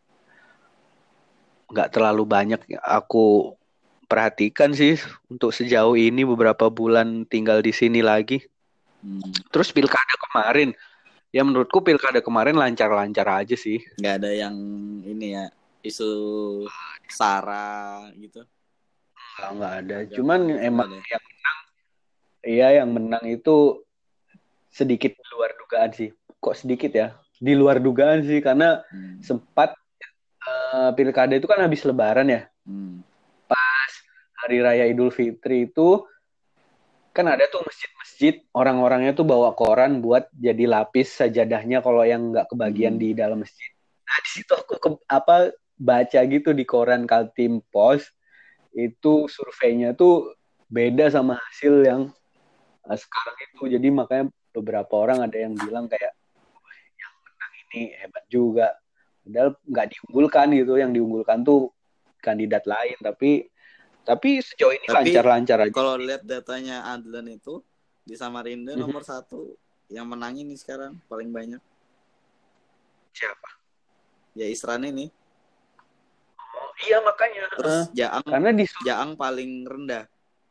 Nggak terlalu banyak yang aku perhatikan sih untuk sejauh ini beberapa bulan tinggal di sini lagi. Terus pilkada kemarin, ya menurutku pilkada kemarin lancar-lancar aja sih. Nggak ada yang ini ya, isu SARA gitu. Nggak ada. Agama Cuman gitu emang nggak ada. yang menang itu sedikit di luar dugaan sih. Kok sedikit ya? Di luar dugaan sih karena sempat pilkada itu kan habis Lebaran ya. Pas Hari Raya Idul Fitri itu kan ada tuh masjid-masjid orang-orangnya tuh bawa koran buat jadi lapis sajadahnya kalau yang nggak kebagian di dalam masjid. Nah di situ aku baca gitu di koran Kaltim Pos itu surveinya tuh beda sama hasil yang sekarang itu. Jadi makanya beberapa orang ada yang bilang kayak yang menang ini hebat juga. Padahal nggak diunggulkan gitu. Yang diunggulkan tuh kandidat lain. Tapi sejauh ini lancar-lancar aja. Kalau lihat datanya Adlan itu di Samarinda nomor 1 yang menang ini sekarang paling banyak. Siapa? Ya Isran ini. Oh, iya makanya. Terus karena Jaang paling rendah.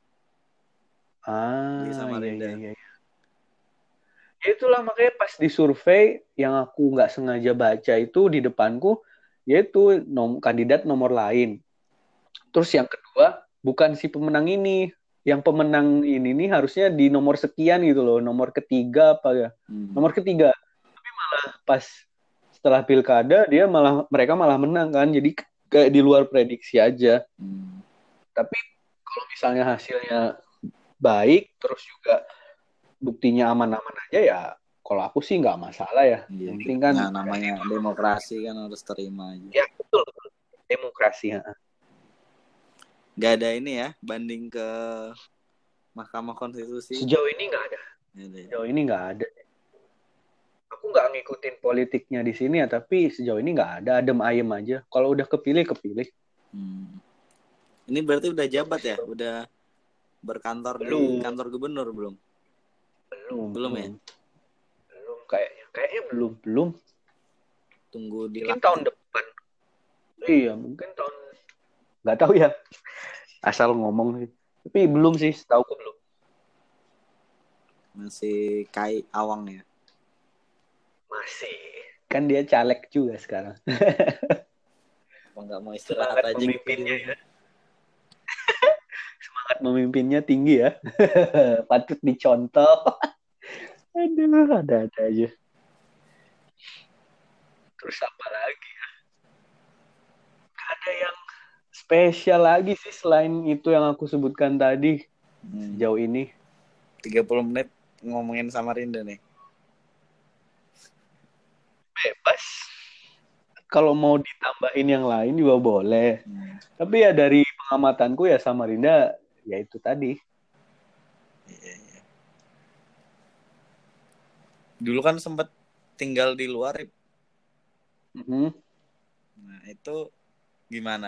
Di Samarinda. Iya. Itulah makanya pas di survei yang aku nggak sengaja baca itu di depanku yaitu kandidat nomor lain. Terus yang kedua bukan si pemenang ini, yang pemenang ini nih harusnya di nomor sekian gitu loh, nomor ketiga apa ya, nomor ketiga. Tapi malah pas setelah pilkada mereka malah menang kan, jadi kayak di luar prediksi aja. Tapi kalau misalnya hasilnya baik, terus juga buktinya aman-aman aja ya, kalau aku sih nggak masalah ya. Yang penting kan namanya demokrasi kan harus terima aja. Ya betul, demokrasi ya. Nggak ada ini ya, banding ke Mahkamah Konstitusi. Sejauh ini nggak ada. Sejauh ini nggak ada. Aku nggak ngikutin politiknya di sini ya, tapi sejauh ini nggak ada, adem ayem aja. Kalau udah kepilih. Ini berarti udah jabat ya, udah berkantor di kantor gubernur belum? Belum ya? Belum kayaknya belum. Tunggu di mungkin tahun depan. Iya, mungkin tahun nggak tahu ya. Asal ngomong sih. Tapi belum sih, setahu aku belum. Masih Kai Awang ya? Masih. Kan dia caleg juga sekarang. Nggak mau istirahat Semangat aja memimpinnya gitu. Ya. Semangat memimpinnya tinggi ya. Patut dicontoh. Aduh, ada-ada aja. Terus apa lagi ya? Ada yang spesial lagi sih selain itu yang aku sebutkan tadi. Sejauh ini 30 menit ngomongin Samarinda nih. Bebas. Kalau mau ditambahin yang lain juga boleh. Tapi ya dari pengamatanku ya Samarinda ya itu tadi. Iya. Dulu kan sempat tinggal di luar. Nah itu gimana?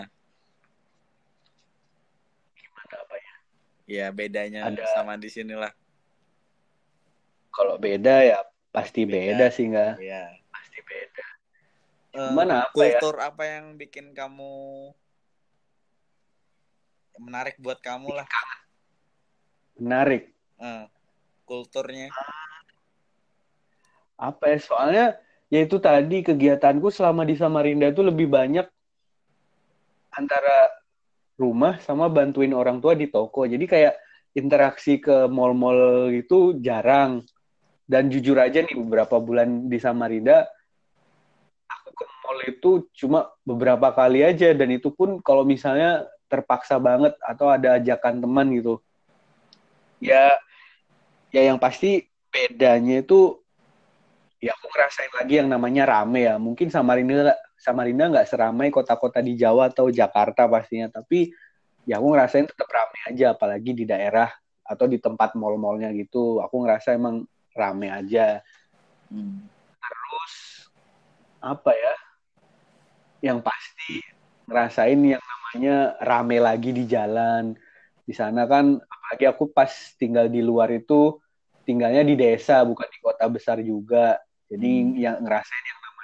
Gimana apa ya? Ya bedanya sama di sinilah. Kalau beda ya pasti beda sih nggak? Iya. Pasti beda. Gimana kultur apa yang bikin kamu menarik buat kamu lah? Menarik. Kulturnya. Apa ya? Soalnya ya itu tadi kegiatanku selama di Samarinda itu lebih banyak antara rumah sama bantuin orang tua di toko. Jadi kayak interaksi ke mall-mall itu jarang. Dan jujur aja nih beberapa bulan di Samarinda aku ke mall itu cuma beberapa kali aja dan itu pun kalau misalnya terpaksa banget atau ada ajakan teman gitu. Ya yang pasti bedanya itu ya aku ngerasain lagi yang namanya rame ya. Mungkin Samarinda nggak seramai kota-kota di Jawa atau Jakarta pastinya, tapi ya aku ngerasain tetap rame aja, apalagi di daerah atau di tempat mall-mallnya gitu. Aku ngerasa emang rame aja. Terus apa ya? Yang pasti ngerasain yang namanya rame lagi di jalan. Di sana kan, apalagi aku pas tinggal di luar itu tinggalnya di desa, bukan di kota besar juga. Jadi yang ngerasain yang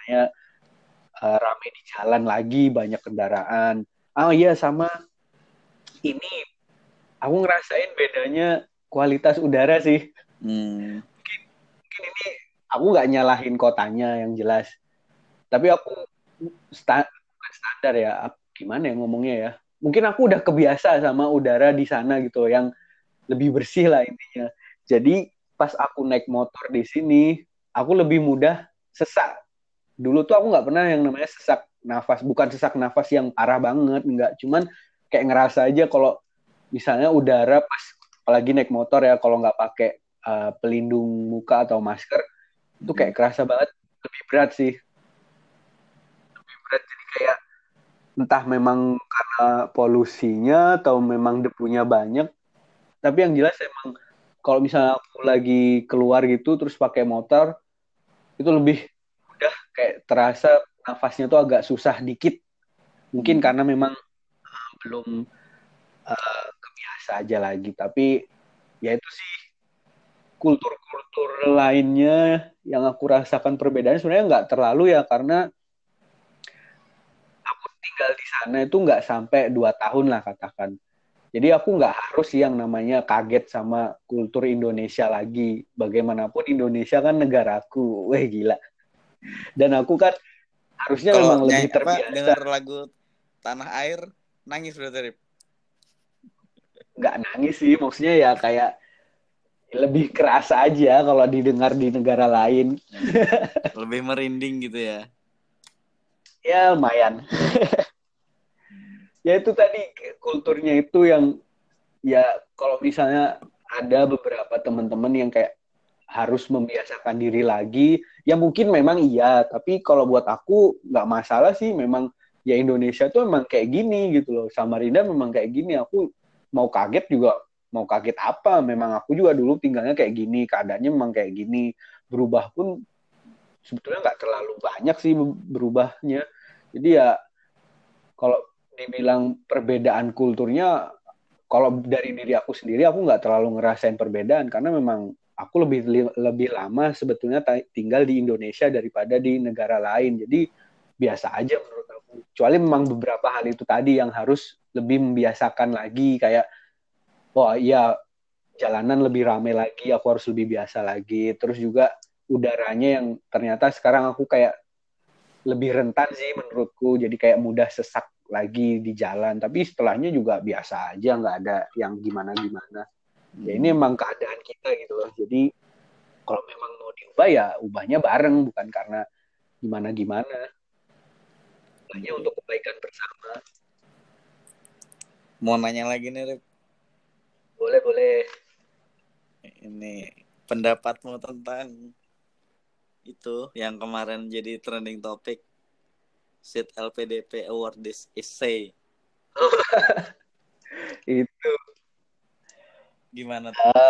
suasananya rame di jalan lagi, banyak kendaraan. Oh iya, sama ini aku ngerasain bedanya kualitas udara sih. Mungkin ini aku nggak nyalahin kotanya yang jelas, tapi aku bukan standar ya, gimana ya ngomongnya ya. Mungkin aku udah kebiasa sama udara di sana gitu, yang lebih bersih lah intinya. Jadi pas aku naik motor di sini, aku lebih mudah sesak. Dulu tuh aku nggak pernah yang namanya sesak nafas, bukan sesak nafas yang parah banget, nggak. Cuman kayak ngerasa aja kalau misalnya udara pas apalagi naik motor ya, kalau nggak pakai pelindung muka atau masker, itu kayak kerasa banget lebih berat sih. Lebih berat jadi kayak entah memang karena polusinya atau memang debunya banyak, tapi yang jelas emang kalau misalnya aku lagi keluar gitu terus pakai motor itu lebih udah kayak terasa nafasnya tuh agak susah dikit, mungkin karena memang belum kebiasa aja lagi. Tapi ya itu sih, kultur-kultur lainnya yang aku rasakan perbedaan sebenarnya nggak terlalu ya, karena aku tinggal di sana itu nggak sampai 2 tahun lah katakan. Jadi aku nggak harus yang namanya kaget sama kultur Indonesia lagi. Bagaimanapun Indonesia kan negaraku. Weh gila. Dan aku kan harusnya Kalau memang lebih terbiasa. denger lagu Tanah Air nangis berarti Rip. Nggak nangis sih, maksudnya ya kayak lebih kerasa aja kalau didengar di negara lain. Lebih merinding gitu ya. Ya lumayan. Ya itu tadi kulturnya itu yang ya kalau misalnya ada beberapa teman-teman yang kayak harus membiasakan diri lagi, ya mungkin memang iya, tapi kalau buat aku nggak masalah sih, memang ya Indonesia tuh memang kayak gini gitu loh, Samarinda memang kayak gini, aku mau kaget juga, mau kaget apa, memang aku juga dulu tinggalnya kayak gini, keadaannya memang kayak gini, berubah pun sebetulnya nggak terlalu banyak sih berubahnya, jadi ya kalau dibilang perbedaan kulturnya, kalau dari diri aku sendiri aku nggak terlalu ngerasain perbedaan karena memang aku lebih lama sebetulnya tinggal di Indonesia daripada di negara lain. Jadi biasa aja menurut aku. Kecuali memang beberapa hal itu tadi yang harus lebih membiasakan lagi, kayak oh iya jalanan lebih ramai lagi, aku harus lebih biasa lagi. Terus juga udaranya yang ternyata sekarang aku kayak lebih rentan sih menurutku, jadi kayak mudah sesak lagi di jalan, tapi setelahnya juga biasa aja, nggak ada yang gimana-gimana. Ya ini emang keadaan kita gitu loh, jadi kalau memang mau diubah ya ubahnya bareng, bukan karena gimana-gimana, hanya untuk kebaikan bersama. Mau nanya lagi nih Rip. Boleh. Ini pendapatmu tentang itu yang kemarin jadi trending topic, SID LPDP Award this essay. Itu Gimana?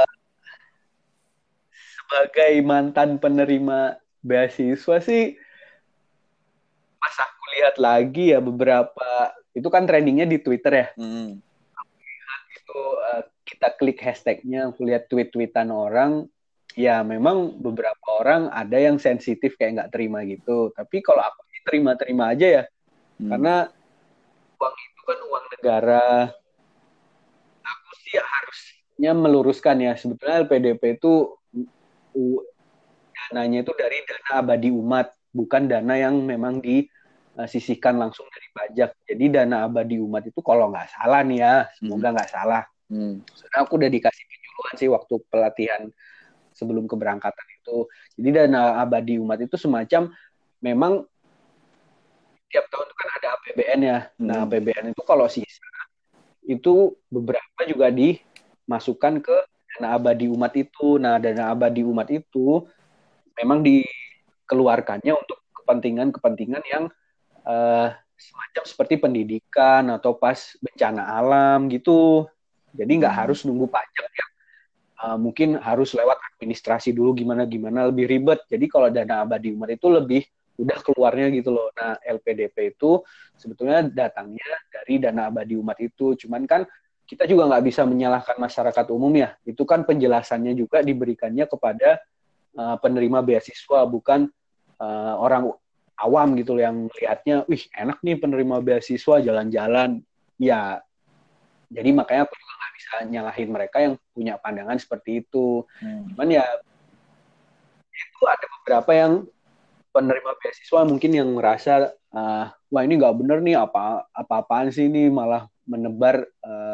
sebagai mantan penerima beasiswa sih, pas aku lihat lagi ya beberapa, itu kan trendingnya di Twitter ya, itu kita klik hashtagnya, aku lihat tweet-tweetan orang, ya memang beberapa orang ada yang sensitif kayak nggak terima gitu, tapi kalau aku terima-terima aja ya, karena uang itu kan uang negara. Aku sih harusnya meluruskan ya, sebetulnya LPDP itu dananya itu dari dana abadi umat, bukan dana yang memang disisihkan langsung dari pajak. Jadi dana abadi umat itu kalau nggak salah nih ya, semoga nggak salah. Soalnya aku udah dikasih penyuluhan sih waktu pelatihan sebelum keberangkatan itu. Jadi dana abadi umat itu semacam memang tiap tahun itu kan ada APBN ya. Nah APBN itu kalau sisa itu beberapa juga dimasukkan ke dana abadi umat itu. Nah dana abadi umat itu memang dikeluarkannya untuk kepentingan-kepentingan yang semacam seperti pendidikan atau pas bencana alam gitu. Jadi nggak harus nunggu pajak ya. Mungkin harus lewat administrasi dulu gimana-gimana, lebih ribet. Jadi kalau dana abadi umat itu lebih udah keluarnya gitu loh. Nah LPDP itu sebetulnya datangnya dari dana abadi umat itu. Cuman kan kita juga nggak bisa menyalahkan masyarakat umum ya. Itu kan penjelasannya juga diberikannya kepada penerima beasiswa, bukan orang awam gitu loh yang lihatnya, wih enak nih penerima beasiswa jalan-jalan. Ya, jadi makanya aku juga nggak bisa nyalahin mereka yang punya pandangan seperti itu. Cuman ya itu ada beberapa yang penerima beasiswa mungkin yang merasa wah ini nggak bener nih apa-apaan sih ini malah menebar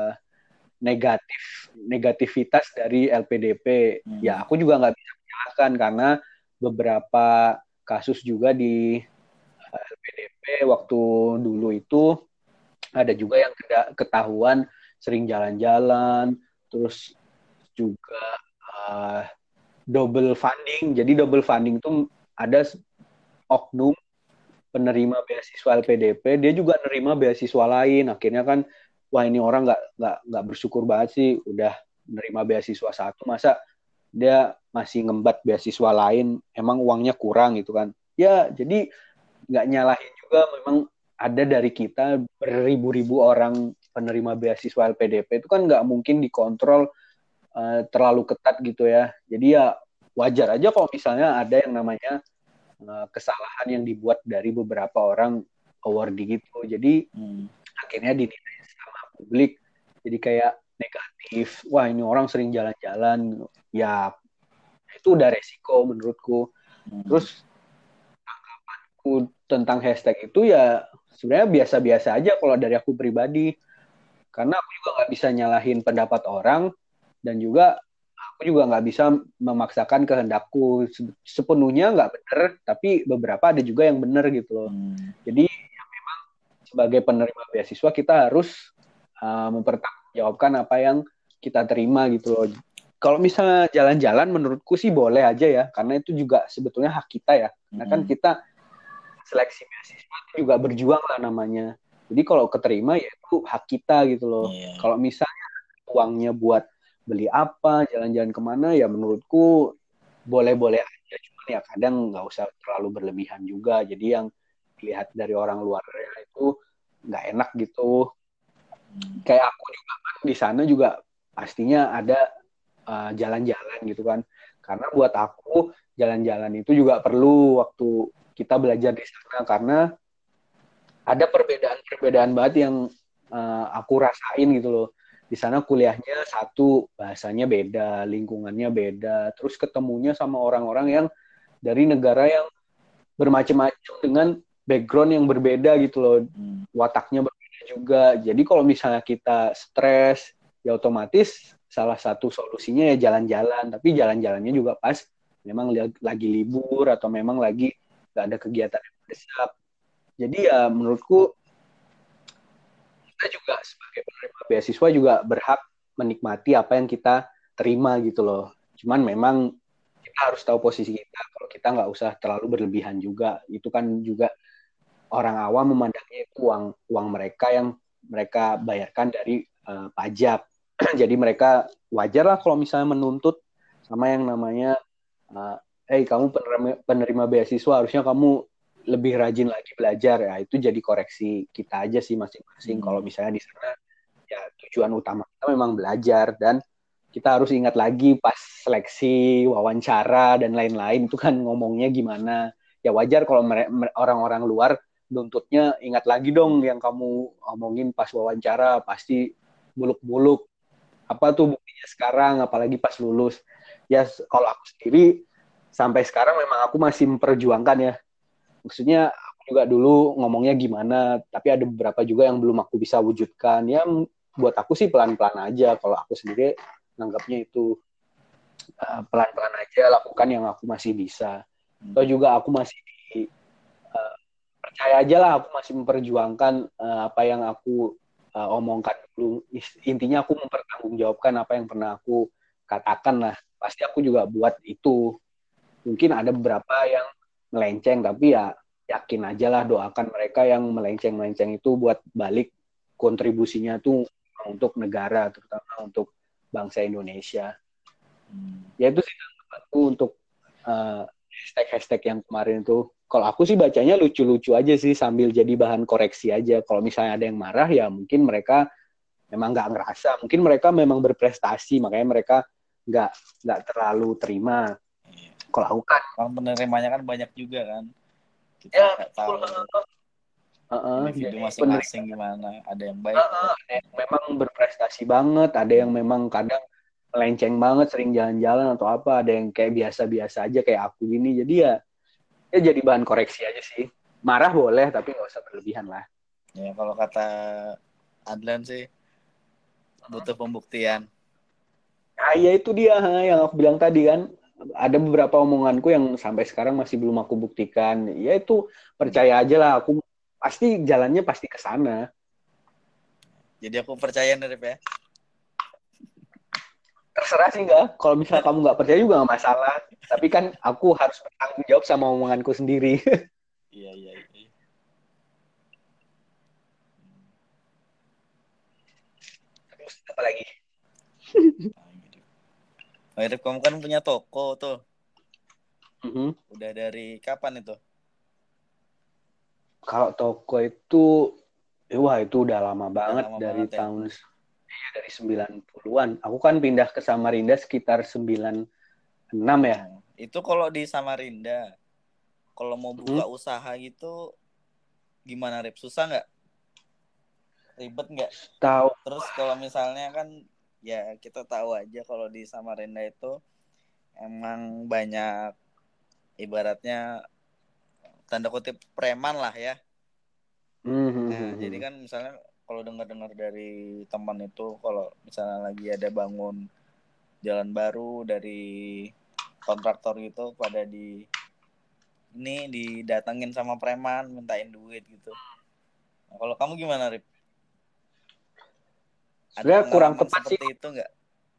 negativitas dari LPDP. Ya aku juga nggak bisa menyalahkan karena beberapa kasus juga di LPDP waktu dulu itu ada juga yang ketahuan sering jalan-jalan, terus juga double funding. Jadi double funding itu ada oknum penerima beasiswa LPDP, dia juga nerima beasiswa lain. Akhirnya kan, wah ini orang nggak bersyukur banget sih, udah nerima beasiswa satu, masa dia masih ngembat beasiswa lain, emang uangnya kurang gitu kan. Ya, jadi nggak nyalahin juga, memang ada dari kita beribu-ribu orang penerima beasiswa LPDP itu kan nggak mungkin dikontrol terlalu ketat gitu ya. Jadi ya wajar aja kalau misalnya ada yang namanya kesalahan yang dibuat dari beberapa orang awardee gitu. Jadi akhirnya dinilai sama publik jadi kayak negatif. Wah ini orang sering jalan-jalan. Ya itu udah resiko menurutku. Terus tanggapanku tentang hashtag itu ya sebenarnya biasa-biasa aja kalau dari aku pribadi. Karena aku juga nggak bisa nyalahin pendapat orang dan juga aku juga nggak bisa memaksakan kehendakku sepenuhnya nggak bener, tapi beberapa ada juga yang bener gitu loh. Jadi ya memang sebagai penerima beasiswa kita harus mempertanggungjawabkan apa yang kita terima gitu loh. Kalau misalnya jalan-jalan menurutku sih boleh aja ya, karena itu juga sebetulnya hak kita ya. Karena kan kita seleksi beasiswa itu juga berjuang lah namanya. Jadi kalau keterima ya itu hak kita gitu loh. Kalau misalnya uangnya buat beli apa, jalan-jalan kemana, ya menurutku boleh-boleh aja. Cuman ya kadang nggak usah terlalu berlebihan juga. Jadi yang dilihat dari orang luar itu nggak enak gitu. Kayak aku juga kan di sana juga pastinya ada jalan-jalan gitu kan. Karena buat aku jalan-jalan itu juga perlu waktu kita belajar di sana. Karena ada perbedaan-perbedaan banget yang aku rasain gitu loh. Di sana kuliahnya satu, bahasanya beda, lingkungannya beda, terus ketemunya sama orang-orang yang dari negara yang bermacam-macam dengan background yang berbeda gitu loh, wataknya berbeda juga. Jadi kalau misalnya kita stres, ya otomatis salah satu solusinya ya jalan-jalan, tapi jalan-jalannya juga pas memang lagi libur atau memang lagi gak ada kegiatan yang mendesak. Jadi ya menurutku kita juga sebagai penerima beasiswa juga berhak menikmati apa yang kita terima gitu loh. Cuman memang kita harus tahu posisi kita. Kalau kita nggak usah terlalu berlebihan juga. Itu kan juga orang awam memandangnya itu uang mereka yang mereka bayarkan dari pajak. Jadi mereka wajar lah kalau misalnya menuntut sama yang namanya kamu penerima beasiswa, harusnya kamu lebih rajin lagi belajar. Ya itu jadi koreksi kita aja sih masing-masing. Kalau misalnya di sana ya tujuan utama kita memang belajar, dan kita harus ingat lagi pas seleksi, wawancara dan lain-lain itu kan ngomongnya gimana. Ya wajar kalau orang-orang luar nuntutnya ingat lagi dong yang kamu ngomongin pas wawancara, pasti buluk-buluk. Apa tuh buktinya sekarang, apalagi pas lulus. Ya kalau aku sendiri sampai sekarang memang aku masih memperjuangkan ya. Maksudnya aku juga dulu ngomongnya gimana, tapi ada beberapa juga yang belum aku bisa wujudkan. Ya buat aku sih pelan-pelan aja. Kalau aku sendiri nanggapnya itu pelan-pelan aja lakukan yang aku masih bisa. Atau juga aku masih percaya aja lah, aku masih memperjuangkan apa yang aku omongkan dulu. Intinya aku mempertanggungjawabkan apa yang pernah aku katakan lah. Pasti aku juga buat itu. Mungkin ada beberapa yang melenceng, tapi ya yakin aja lah, doakan mereka yang melenceng-melenceng itu buat balik kontribusinya tuh untuk negara, terutama untuk bangsa Indonesia. Ya itu sih aku untuk hashtag-hashtag yang kemarin itu. Kalau aku sih bacanya lucu-lucu aja sih, sambil jadi bahan koreksi aja. Kalau misalnya ada yang marah, ya mungkin mereka memang nggak ngerasa. Mungkin mereka memang berprestasi, makanya mereka nggak terlalu terima. Kalau aku kan penerimanya kan banyak juga kan. Kita Ya nggak betul. tahu individu Jadi masing-masing gimana. Ada yang baik, ada yang ada yang memang berprestasi banget, ada yang memang kadang melenceng banget, sering jalan-jalan atau apa, ada yang kayak biasa-biasa aja kayak aku gini. Jadi ya jadi bahan koreksi aja sih. Marah boleh, tapi nggak usah berlebihan lah. ya kalau kata Adlan sih butuh pembuktian. Nah, ya itu dia yang aku bilang tadi kan. Ada beberapa omonganku yang sampai sekarang masih belum aku buktikan. Ya itu percaya aja lah, aku pasti jalannya pasti ke sana. Jadi aku percaya nih Rip ya. Terserah sih nggak. Kalau misal kamu nggak percaya juga nggak masalah. Tapi kan aku harus bertanggung jawab sama omonganku sendiri. Iya, iya, iya. Terus apa lagi? Nah, Rip, kamu kan punya toko tuh. Mm-hmm. Udah dari kapan itu? Kalau toko itu, wah itu udah lama Udah banget lama dari banget ya. tahun dari 90-an. Aku kan pindah ke Samarinda sekitar 96 ya. Itu kalau di Samarinda, kalau mau Mm-hmm. buka usaha gitu gimana Rip? Susah nggak? Ribet nggak? Tahu. Terus kalau misalnya kan ya kita tahu aja kalau di Samarinda itu emang banyak ibaratnya tanda kutip preman lah ya. Nah, jadi Mm-hmm. kan misalnya kalau dengar-dengar dari teman itu kalau misalnya lagi ada bangun jalan baru dari kontraktor gitu pada ini didatengin sama preman mintain duit gitu. Nah, kalau kamu gimana Rip? Ada Sebenarnya kurang pengalaman tepat sih. seperti itu nggak?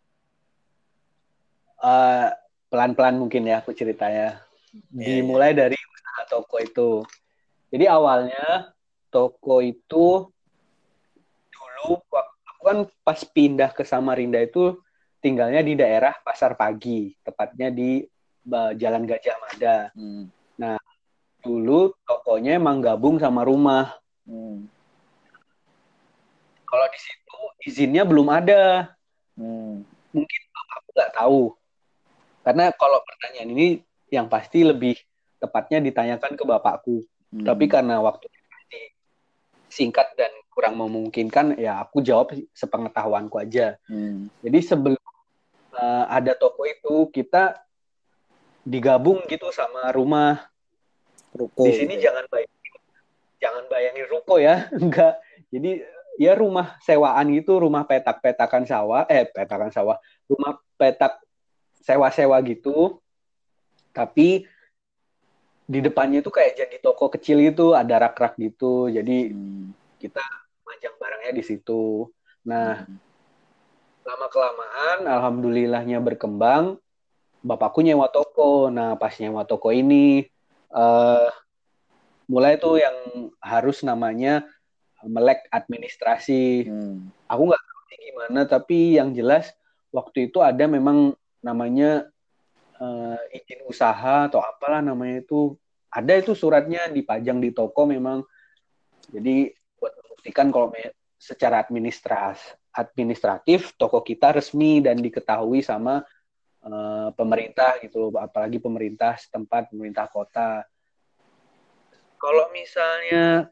Eh, pelan-pelan mungkin ya aku ceritanya. Iya, iya. Dimulai dari usaha toko itu. Jadi awalnya toko itu dulu aku kan pas pindah ke Samarinda itu tinggalnya di daerah Pasar Pagi, tepatnya di Jalan Gajah Mada. Hmm. Nah, dulu tokonya emang gabung sama rumah. Hmm. Kalau di situ izinnya belum ada. Hmm. Mungkin aku nggak tahu. Karena kalau pertanyaan ini yang pasti lebih tepatnya ditanyakan ke bapakku. Tapi Hmm. karena waktu singkat dan kurang memungkinkan, ya aku jawab sepengetahuanku aja. Hmm. Jadi sebelum ada toko itu, kita digabung gitu sama rumah. Ruko Di sini gitu ya. jangan bayangin ruko ya, enggak. Jadi ya rumah sewaan gitu, rumah petak-petakan sawah, petakan sawah, rumah petak sewa-sewa gitu. Tapi di depannya itu kayak jadi toko kecil gitu, ada rak-rak gitu. Jadi Hmm. kita majang barangnya di situ. Nah, Hmm. lama kelamaan, alhamdulillahnya berkembang. Bapakku nyewa toko. Nah, pas nyewa toko ini, uh, mulai tuh yang harus namanya melek administrasi. Hmm. Aku nggak tahu gimana, tapi yang jelas waktu itu ada memang namanya izin usaha atau apalah namanya itu. Ada itu suratnya dipajang di toko memang. Jadi buat membuktikan kalau secara administratif toko kita resmi dan diketahui sama pemerintah gitu, apalagi pemerintah setempat, pemerintah kota. Kalau misalnya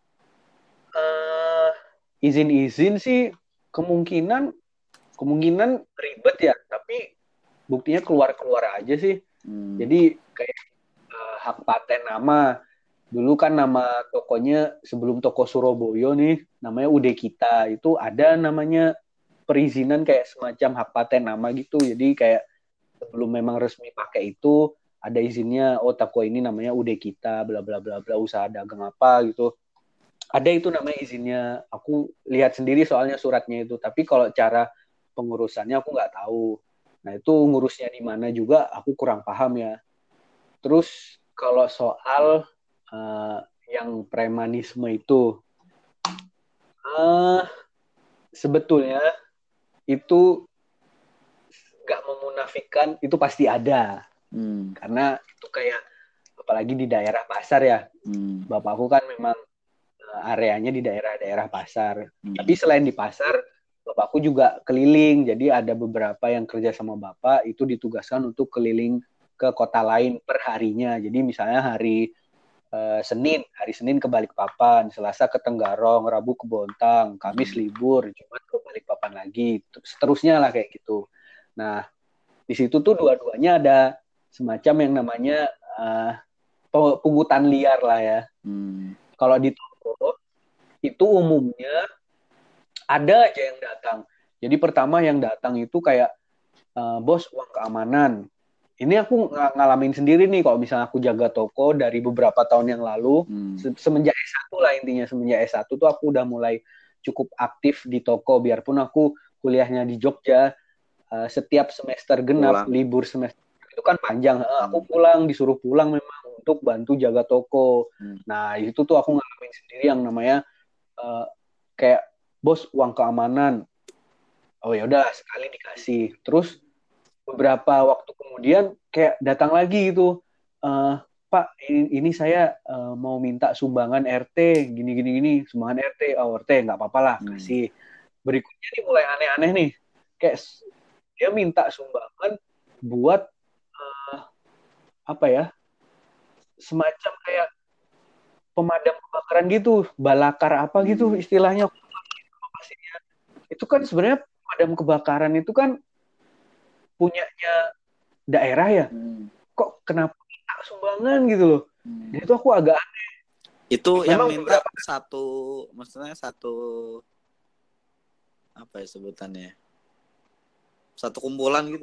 uh, izin-izin sih kemungkinan kemungkinan ribet ya, tapi buktinya keluar-keluar aja sih. Hmm. Jadi kayak hak paten nama. Dulu kan nama tokonya sebelum toko Surabaya nih, namanya Ude Kita. Itu ada namanya perizinan kayak semacam hak paten nama gitu. Jadi kayak sebelum memang resmi pakai itu ada izinnya, oh toko ini namanya Ude Kita, bla bla bla bla, usaha dagang apa gitu. Ada itu namanya izinnya. Aku lihat sendiri soalnya suratnya itu. Tapi kalau cara pengurusannya aku nggak tahu. Nah itu ngurusnya di mana juga aku kurang paham ya. Terus kalau soal uh, yang premanisme itu, uh, sebetulnya itu nggak memunafikan, itu pasti ada. Hmm. Karena itu kayak, apalagi di daerah pasar ya. Hmm. Bapakku kan memang areanya di daerah-daerah pasar. Hmm. Tapi selain di pasar, bapakku juga keliling. Jadi ada beberapa yang kerja sama bapak itu ditugaskan untuk keliling ke kota lain per harinya. Jadi misalnya hari hari Senin ke Balikpapan, Selasa ke Tenggarong, Rabu ke Bontang, Kamis libur, Jumat ke Balikpapan lagi, seterusnya lah kayak gitu. Nah, di situ tuh dua-duanya ada semacam yang namanya pungutan liar lah ya. Kalau di toko itu umumnya ada aja yang datang. Jadi pertama yang datang itu kayak bos, uang keamanan. Ini aku ngalamin sendiri nih kalau misalnya aku jaga toko dari beberapa tahun yang lalu. Semenjak S1 lah intinya. Semenjak S1 tuh aku udah mulai cukup aktif di toko. Biarpun aku kuliahnya di Jogja, setiap semester genap, libur semester itu kan panjang. Aku pulang, disuruh pulang memang untuk bantu jaga toko. Nah itu tuh aku ngalamin sendiri yang namanya kayak bos, uang keamanan. Oh ya udah sekali dikasih. Terus beberapa waktu kemudian kayak datang lagi gitu, Pak ini saya mau minta sumbangan RT gini sumbangan RT. Oh RT nggak apa-apa lah kasih. Berikutnya nih mulai aneh-aneh nih, kayak dia minta sumbangan buat apa ya, semacam kayak pemadam kebakaran gitu, balakar apa gitu istilahnya. Itu kan sebenarnya pemadam kebakaran itu kan punyanya daerah ya. Kok kenapa minta sumbangan gitu loh. Dan itu aku agak aneh. Itu memang yang minta maksudnya satu apa ya sebutannya? Satu kumpulan gitu.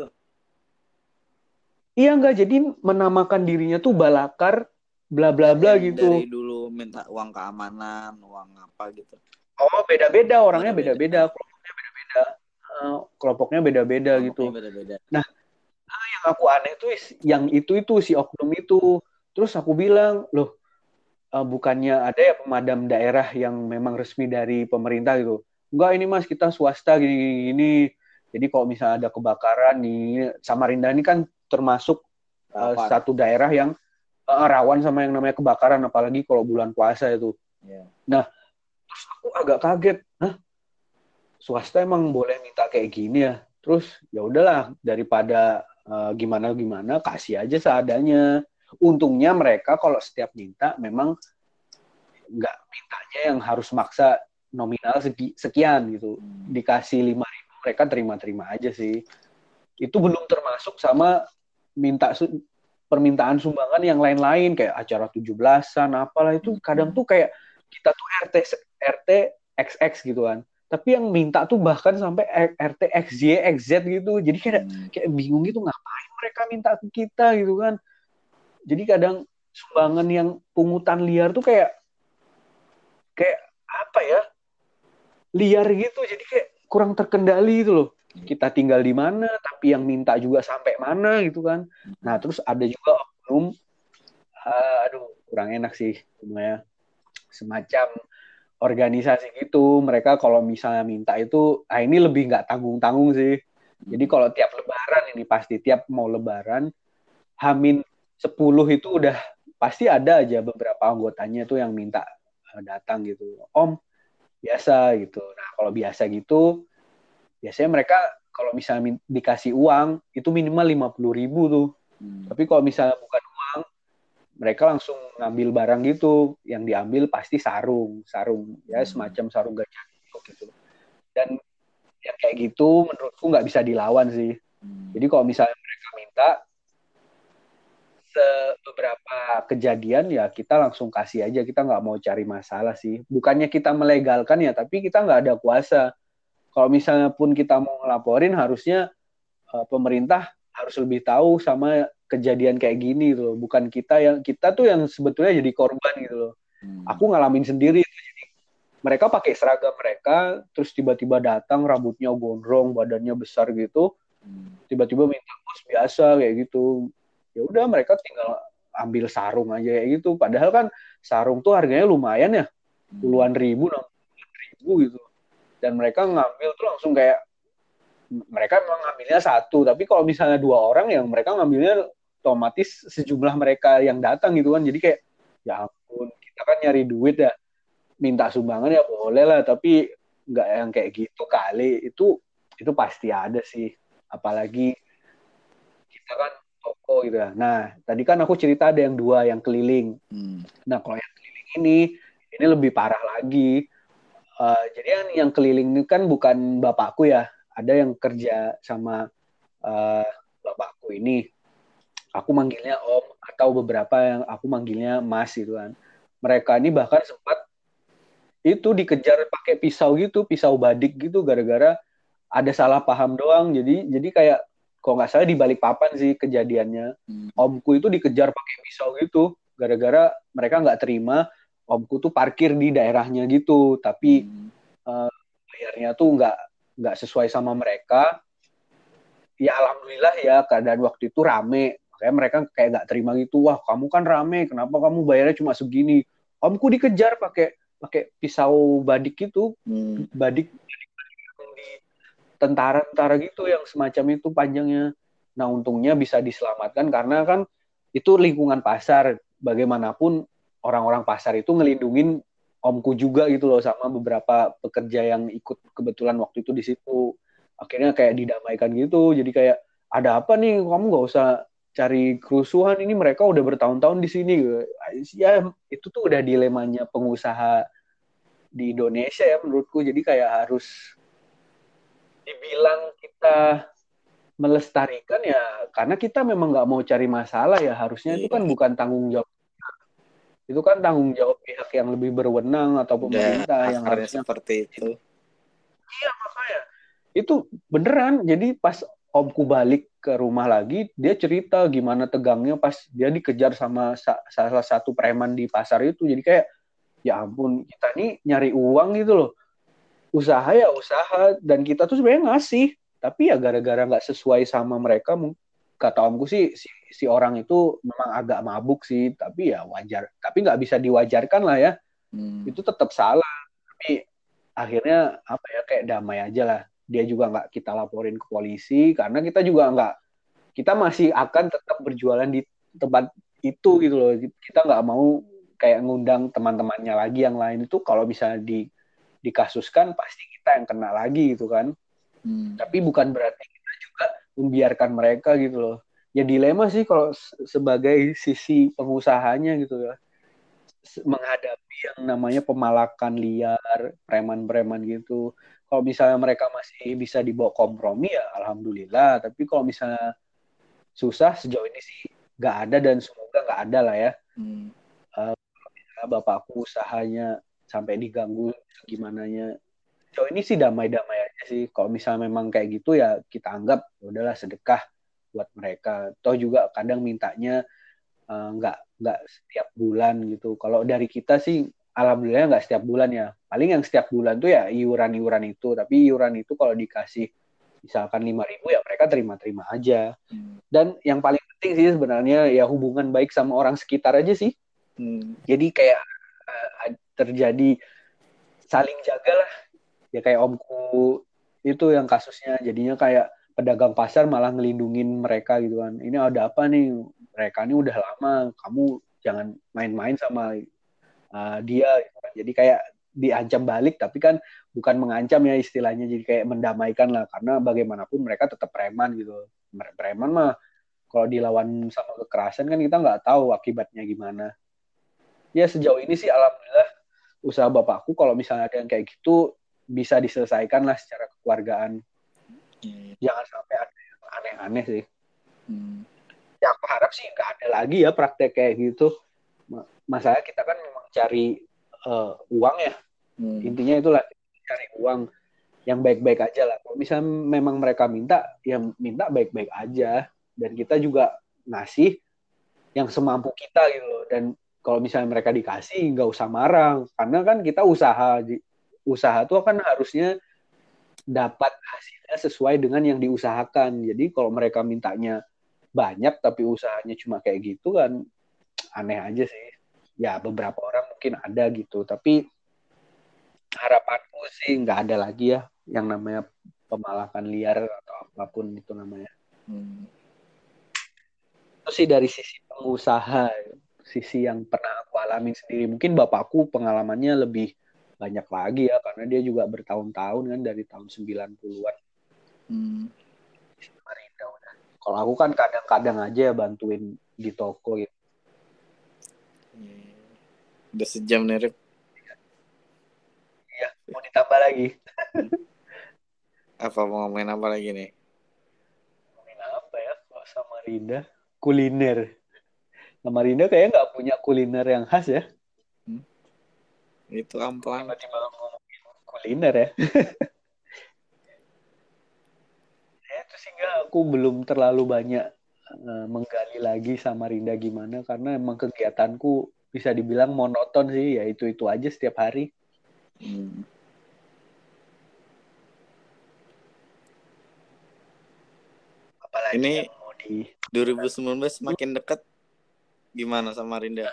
Iya enggak, jadi menamakan dirinya tuh balakar bla bla bla gitu. Dari dulu minta uang keamanan, uang apa gitu. Oh, beda-beda orangnya, beda-beda, kelompoknya beda-beda. Kelompoknya beda-beda gitu. Beda-beda. Nah, yang aku aneh tuh yang itu si oknum itu. Terus aku bilang, loh, bukannya ada ya pemadam daerah yang memang resmi dari pemerintah gitu. Enggak, ini Mas, kita swasta gini. Jadi kalau misalnya ada kebakaran nih, Samarinda ini kan termasuk satu daerah yang rawan sama yang namanya kebakaran, apalagi kalau bulan puasa itu. Nah, terus aku agak kaget, swasta emang boleh minta kayak gini ya? Terus ya udahlah, daripada gimana kasih aja seadanya. Untungnya mereka kalau setiap minta memang nggak mintanya yang harus maksa nominal sekian gitu. Dikasih 5.000 mereka terima-terima aja sih. Itu belum termasuk sama permintaan sumbangan yang lain-lain kayak acara 17-an apalah, itu kadang tuh kayak kita tuh RT XX gitu kan. Tapi yang minta tuh bahkan sampai RT XY XZ gitu. Jadi kayak bingung gitu, ngapain mereka minta ke kita gitu kan. Jadi kadang sumbangan yang pungutan liar tuh kayak apa ya, liar gitu, jadi kayak kurang terkendali gitu loh. Kita tinggal di mana, tapi yang minta juga sampai mana gitu kan. Nah terus ada juga oknum, kurang enak sih sebenarnya, semacam organisasi gitu. Mereka kalau misalnya minta itu, ini lebih nggak tanggung-tanggung sih. Jadi kalau tiap lebaran ini, pasti tiap mau lebaran H-10 itu udah pasti ada aja beberapa anggotanya tuh yang minta datang gitu. Om, biasa gitu. Nah kalau biasa gitu, biasanya mereka kalau misalnya dikasih uang itu minimal 50.000 tuh. Tapi kalau misalnya bukan uang, mereka langsung ngambil barang gitu. Yang diambil pasti sarung ya, semacam sarung gajah gitu. Dan yang kayak gitu menurutku nggak bisa dilawan sih. Jadi kalau misalnya mereka minta, beberapa kejadian ya kita langsung kasih aja, kita nggak mau cari masalah sih. Bukannya kita melegalkan ya, tapi kita nggak ada kuasa. Kalau misalnya pun kita mau ngelaporin, harusnya pemerintah harus lebih tahu sama kejadian kayak gini gitu loh. Bukan kita tuh yang sebetulnya jadi korban gitu loh. Aku ngalamin sendiri. Jadi mereka pakai seragam mereka, terus tiba-tiba datang, rambutnya gondrong, badannya besar gitu, tiba-tiba minta bos biasa kayak gitu. Ya udah, mereka tinggal ambil sarung aja kayak gitu. Padahal kan sarung tuh harganya lumayan ya, puluhan ribu, 60.000 gitu. Dan mereka ngambil tuh langsung kayak, mereka memang ngambilnya satu, tapi kalau misalnya 2 orang yang mereka ngambilnya otomatis sejumlah mereka yang datang gitu kan. Jadi kayak, ya ampun, kita kan nyari duit ya, minta sumbangan ya boleh lah, tapi nggak yang kayak gitu kali. Itu pasti ada sih. Apalagi kita kan toko toko gitu ya. Nah, tadi kan aku cerita ada yang 2 yang keliling. Nah, kalau yang keliling ini lebih parah lagi. Jadi yang keliling ini kan bukan bapakku ya. Ada yang kerja sama bapakku ini. Aku manggilnya Om atau beberapa yang aku manggilnya Mas gitu kan. Mereka ini bahkan sempat itu dikejar pakai pisau gitu, pisau badik gitu gara-gara ada salah paham doang. Jadi kayak kok nggak salah di Balikpapan sih kejadiannya. Omku itu dikejar pakai pisau gitu gara-gara mereka nggak terima omku tuh parkir di daerahnya gitu, tapi bayarnya tuh nggak sesuai sama mereka. Ya alhamdulillah ya keadaan waktu itu rame, makanya mereka kayak nggak terima gitu. Wah kamu kan rame, kenapa kamu bayarnya cuma segini? Omku dikejar pakai pisau badik gitu, badik di tentara-tentara gitu yang semacam itu panjangnya. Nah untungnya bisa diselamatkan karena kan itu lingkungan pasar. Bagaimanapun orang-orang pasar itu ngelindungin omku juga gitu loh sama beberapa pekerja yang ikut kebetulan waktu itu di situ. Akhirnya kayak didamaikan gitu. Jadi kayak ada apa nih? Kamu nggak usah cari kerusuhan. Ini mereka udah bertahun-tahun di sini. Ya itu tuh udah dilemanya pengusaha di Indonesia ya menurutku. Jadi kayak harus dibilang kita melestarikan ya karena kita memang nggak mau cari masalah ya harusnya itu kan bukan tanggung jawab, itu kan tanggung jawab pihak yang lebih berwenang atau pemerintah yang harusnya seperti itu. Iya makanya itu beneran. Jadi pas omku balik ke rumah lagi dia cerita gimana tegangnya pas dia dikejar sama salah satu preman di pasar itu. Jadi kayak ya ampun kita nih nyari uang gitu loh, usaha ya usaha dan kita tuh sebenarnya ngasih tapi ya gara-gara nggak sesuai sama mereka. Kata omku sih si orang itu memang agak mabuk sih tapi ya wajar, tapi nggak bisa diwajarkan lah ya. Itu tetap salah tapi akhirnya apa ya kayak damai aja lah, dia juga nggak kita laporin ke polisi karena kita juga nggak, kita masih akan tetap berjualan di tempat itu gitu loh. Kita nggak mau kayak ngundang teman-temannya lagi yang lain itu kalau bisa dikasuskan pasti kita yang kena lagi gitu kan. Tapi bukan berarti kita juga membiarkan mereka gitu loh. Ya dilema sih kalau sebagai sisi pengusahanya gitu ya, menghadapi yang namanya pemalakan liar, preman-preman gitu. Kalau misalnya mereka masih bisa dibawa kompromi ya alhamdulillah. Tapi kalau misalnya susah sejauh ini sih nggak ada dan semoga nggak ada lah ya. Bapakku usahanya sampai diganggu gimananya. Sejauh ini sih damai-damai aja sih. Kalau misalnya memang kayak gitu ya kita anggap udahlah sedekah buat mereka. Toh juga kadang mintanya nggak setiap bulan gitu. Kalau dari kita sih alhamdulillah nggak setiap bulan ya. Paling yang setiap bulan tuh ya iuran-iuran itu. Tapi iuran itu kalau dikasih misalkan 5.000 ya mereka terima-terima aja. Dan yang paling penting sih sebenarnya ya hubungan baik sama orang sekitar aja sih. Jadi kayak terjadi saling jaga lah. Ya kayak omku itu yang kasusnya jadinya kayak pedagang pasar malah ngelindungin mereka gitu kan. Ini ada apa nih? Mereka ini udah lama, kamu jangan main-main sama dia. Jadi kayak diancam balik, tapi kan bukan mengancam ya istilahnya. Jadi kayak mendamaikan lah, karena bagaimanapun mereka tetap preman gitu. Preman mah kalau dilawan sama kekerasan kan kita nggak tahu akibatnya gimana. Ya sejauh ini sih alhamdulillah usaha bapakku kalau misalnya ada yang kayak gitu bisa diselesaikan lah secara kekeluargaan. Jangan sampai ada yang aneh-aneh sih. Ya aku harap sih nggak ada lagi ya praktek kayak gitu. Masalah kita kan memang cari uang ya. Intinya itulah cari uang yang baik-baik aja lah. Kalau misalnya memang mereka minta, ya minta baik-baik aja. Dan kita juga ngasih yang semampu kita gitu loh. Dan kalau misalnya mereka dikasih, nggak usah marah. Karena kan kita usaha. Usaha tuh kan harusnya dapat hasilnya sesuai dengan yang diusahakan. Jadi kalau mereka mintanya banyak tapi usahanya cuma kayak gitu kan aneh aja sih. Ya beberapa orang mungkin ada gitu, tapi harapanku sih nggak ada lagi ya yang namanya pemalakan liar atau apapun itu namanya. Itu sih dari sisi pengusaha, sisi yang pernah aku alamin sendiri. Mungkin bapakku pengalamannya lebih banyak lagi ya karena dia juga bertahun-tahun kan dari tahun 90-an. Kalau aku kan kadang-kadang aja bantuin di toko gitu. Udah sejam nih, Rip. Iya, mau ditambah lagi. Apa mau ngomongin apa lagi nih? Ngomongin apa ya? Kalau Samarinda, kuliner. Samarinda kayaknya nggak punya kuliner yang khas ya. Itu amplang. Tiba-tiba ngomongin kuliner ya. Itu sih aku belum terlalu banyak menggali lagi Samarinda gimana karena emang kegiatanku bisa dibilang monoton sih, ya itu aja setiap hari. Apalagi Ini yang mau di 2019 makin dekat gimana Samarinda?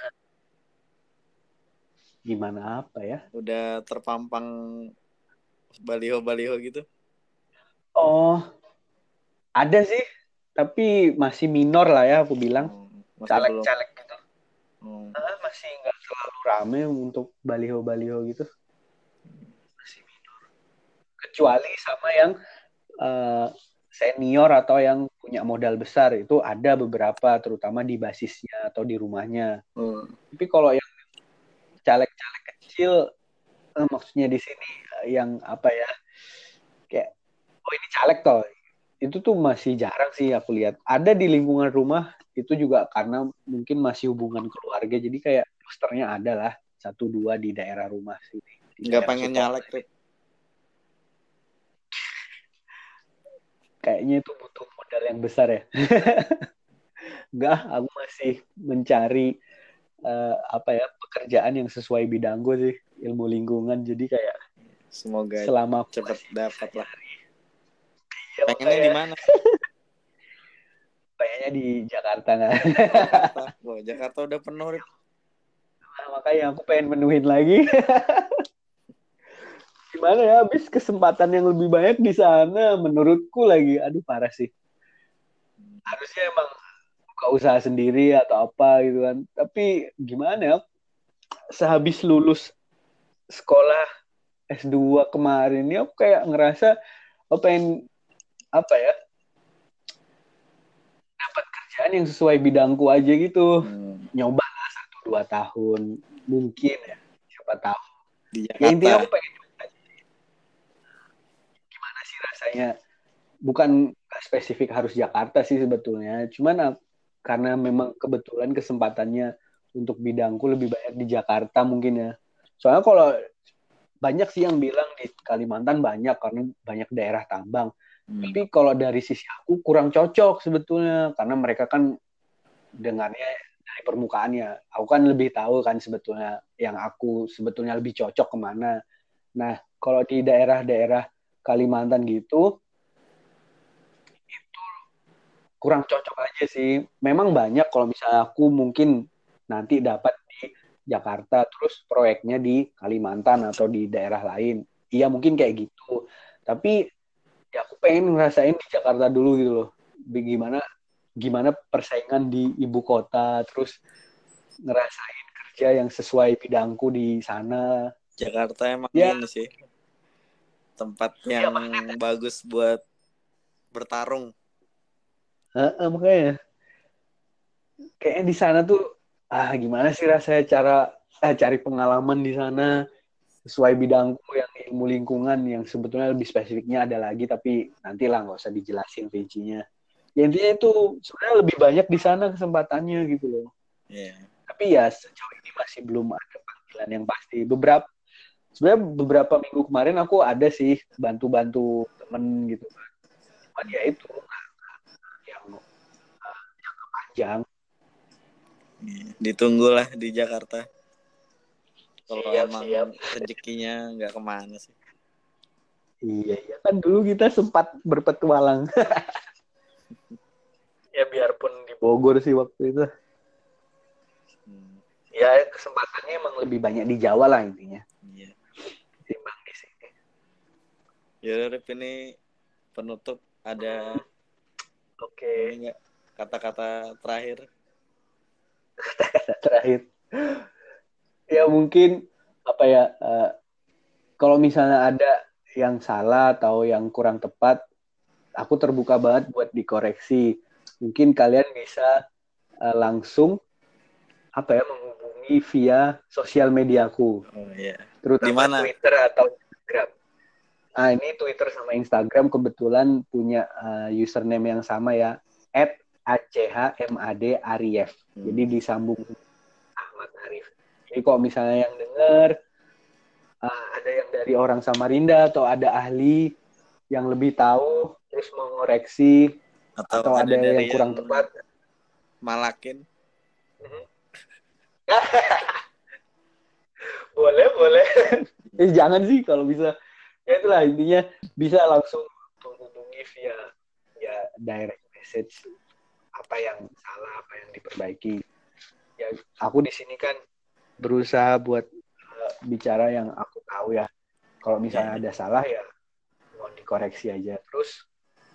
gimana apa ya? Udah terpampang baliho-baliho gitu? Oh, ada sih, tapi masih minor lah ya aku bilang. Masih belum. Caleg-caleg gitu. Masih nggak terlalu rame untuk baliho-baliho gitu. Masih minor. Kecuali sama yang senior atau yang punya modal besar itu ada beberapa, terutama di basisnya atau di rumahnya. Tapi kalau yang caleg-caleg kecil, maksudnya di sini yang apa ya, kayak oh ini caleg toh, itu tuh masih jarang sih aku lihat. Ada di lingkungan rumah itu juga karena mungkin masih hubungan keluarga, jadi kayak posternya ada lah 1-2 di daerah rumah sih. Nggak pengen nyalek, Rip? Kayaknya itu butuh modal yang besar ya. Enggak, aku masih mencari pekerjaan yang sesuai bidangku sih, ilmu lingkungan. Jadi kayak semoga selama cepet dapat lah. Ya, pengennya di mana? Kayaknya di Jakarta nggak? Jakarta. Wah, Jakarta udah penuh. Nah, makanya aku pengen menuhin lagi. Gimana ya, habis kesempatan yang lebih banyak di sana menurutku lagi. Aduh, parah sih. Harusnya emang buka usaha sendiri atau apa gitu kan. Tapi gimana ya, sehabis lulus sekolah S2 kemarin ya, aku kayak ngerasa aku pengen apa ya, dapat kerjaan yang sesuai bidangku aja gitu. Nyoba lah 1-2 tahun mungkin ya, siapa tahu. Di Jakarta. Ya intinya aku pengen gimana sih rasanya. Bukan spesifik harus Jakarta sih sebetulnya, cuman karena memang kebetulan kesempatannya untuk bidangku lebih banyak di Jakarta mungkin ya. Soalnya kalau banyak sih yang bilang di Kalimantan banyak karena banyak daerah tambang. Tapi kalau dari sisi aku kurang cocok sebetulnya karena mereka kan dengarnya dari permukaannya. Aku kan lebih tahu kan sebetulnya yang aku sebetulnya lebih cocok kemana. Nah, kalau di daerah-daerah Kalimantan gitu kurang cocok aja sih. Memang banyak kalau misalnya aku mungkin nanti dapat di Jakarta terus proyeknya di Kalimantan atau di daerah lain. Iya mungkin kayak gitu. Tapi ya aku pengen ngerasain di Jakarta dulu gitu loh. Gimana persaingan di ibu kota, terus ngerasain kerja yang sesuai bidangku di sana. Jakarta emang Ya, ini sih tempat yang bagus buat bertarung. Makanya kayaknya di sana tuh gimana sih rasanya cari pengalaman di sana sesuai bidangku yang ilmu lingkungan, yang sebetulnya lebih spesifiknya ada lagi tapi nantilah nggak usah dijelasin rincinya. Ya intinya itu sebenarnya lebih banyak di sana kesempatannya gitu loh. Tapi ya sejauh ini masih belum ada panggilan yang pasti. Sebenarnya beberapa minggu kemarin aku ada sih bantu-bantu temen gitu kan. Cuman ya itu yang jangka panjang. Ditunggulah di Jakarta. Kalau emang Siap. rezekinya nggak kemana sih. Iya kan dulu kita sempat berpetualang. Ya biarpun di Bogor sih waktu itu. Ya kesempatannya emang lebih banyak di Jawa lah intinya. Iya. Timbang di sini. Ya Rip, ini penutup ada Oke. ini nggak kata-kata terakhir? Kata-kata terakhir. Ya mungkin kalau misalnya ada yang salah atau yang kurang tepat, aku terbuka banget buat dikoreksi. mungkin kalian bisa langsung menghubungi via sosial mediaku, Oh iya. terutama Di mana? Twitter atau Instagram. Ini Twitter sama Instagram kebetulan punya username yang sama ya, @achmad_arif. Jadi disambung Ahmad Arif. Jadi kalau misalnya yang dengar ada yang dari orang Samarinda atau ada ahli yang lebih tahu terus mengoreksi atau ada yang kurang tepat, Malakin. boleh. Jangan sih kalau bisa. Ya itulah intinya, bisa langsung menghubungi via direct message apa yang salah, apa yang diperbaiki. Ya aku di sini kan berusaha buat bicara yang aku tahu ya. Kalau misalnya ada salah ya mohon dikoreksi aja. Terus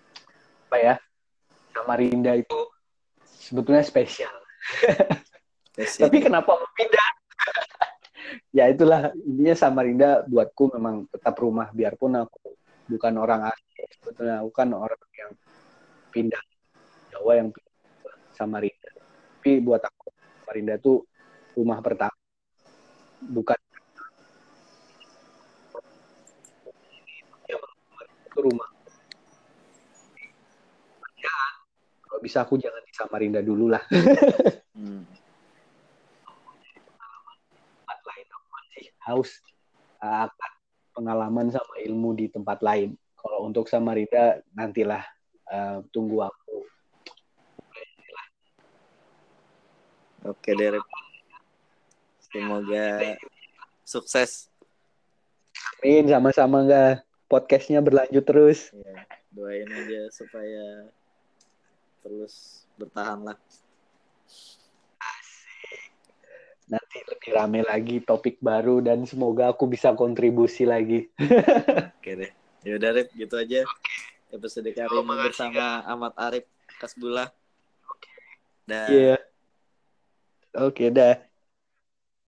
Samarinda itu sebetulnya spesial. Tapi kenapa mau pindah? Ya itulah intinya, Samarinda buatku memang tetap rumah, biarpun aku bukan orang asli. Sebetulnya aku kan orang yang pindah Jawa, yang pindah Samarinda. Tapi buat aku Samarinda tuh rumah pertama, bukan itu rumah. Ya, kalau bisa aku jangan di Samarinda dulu lah. Tempat lain aku masih haus akan pengalaman sama ilmu di tempat lain. Kalau untuk Samarinda nantilah, tunggu aku. Oke deh, semoga sukses. Amin, sama-sama nggak. Podcastnya berlanjut terus. Ya, doain aja supaya terus bertahan lah. Asik. Nanti lebih rame lagi, topik baru, dan semoga aku bisa kontribusi lagi. Oke deh. Yaudah Rip, gitu aja. Episode kali ini bersama Ahmad Arif Kasbullah. Iya. Oke, dah.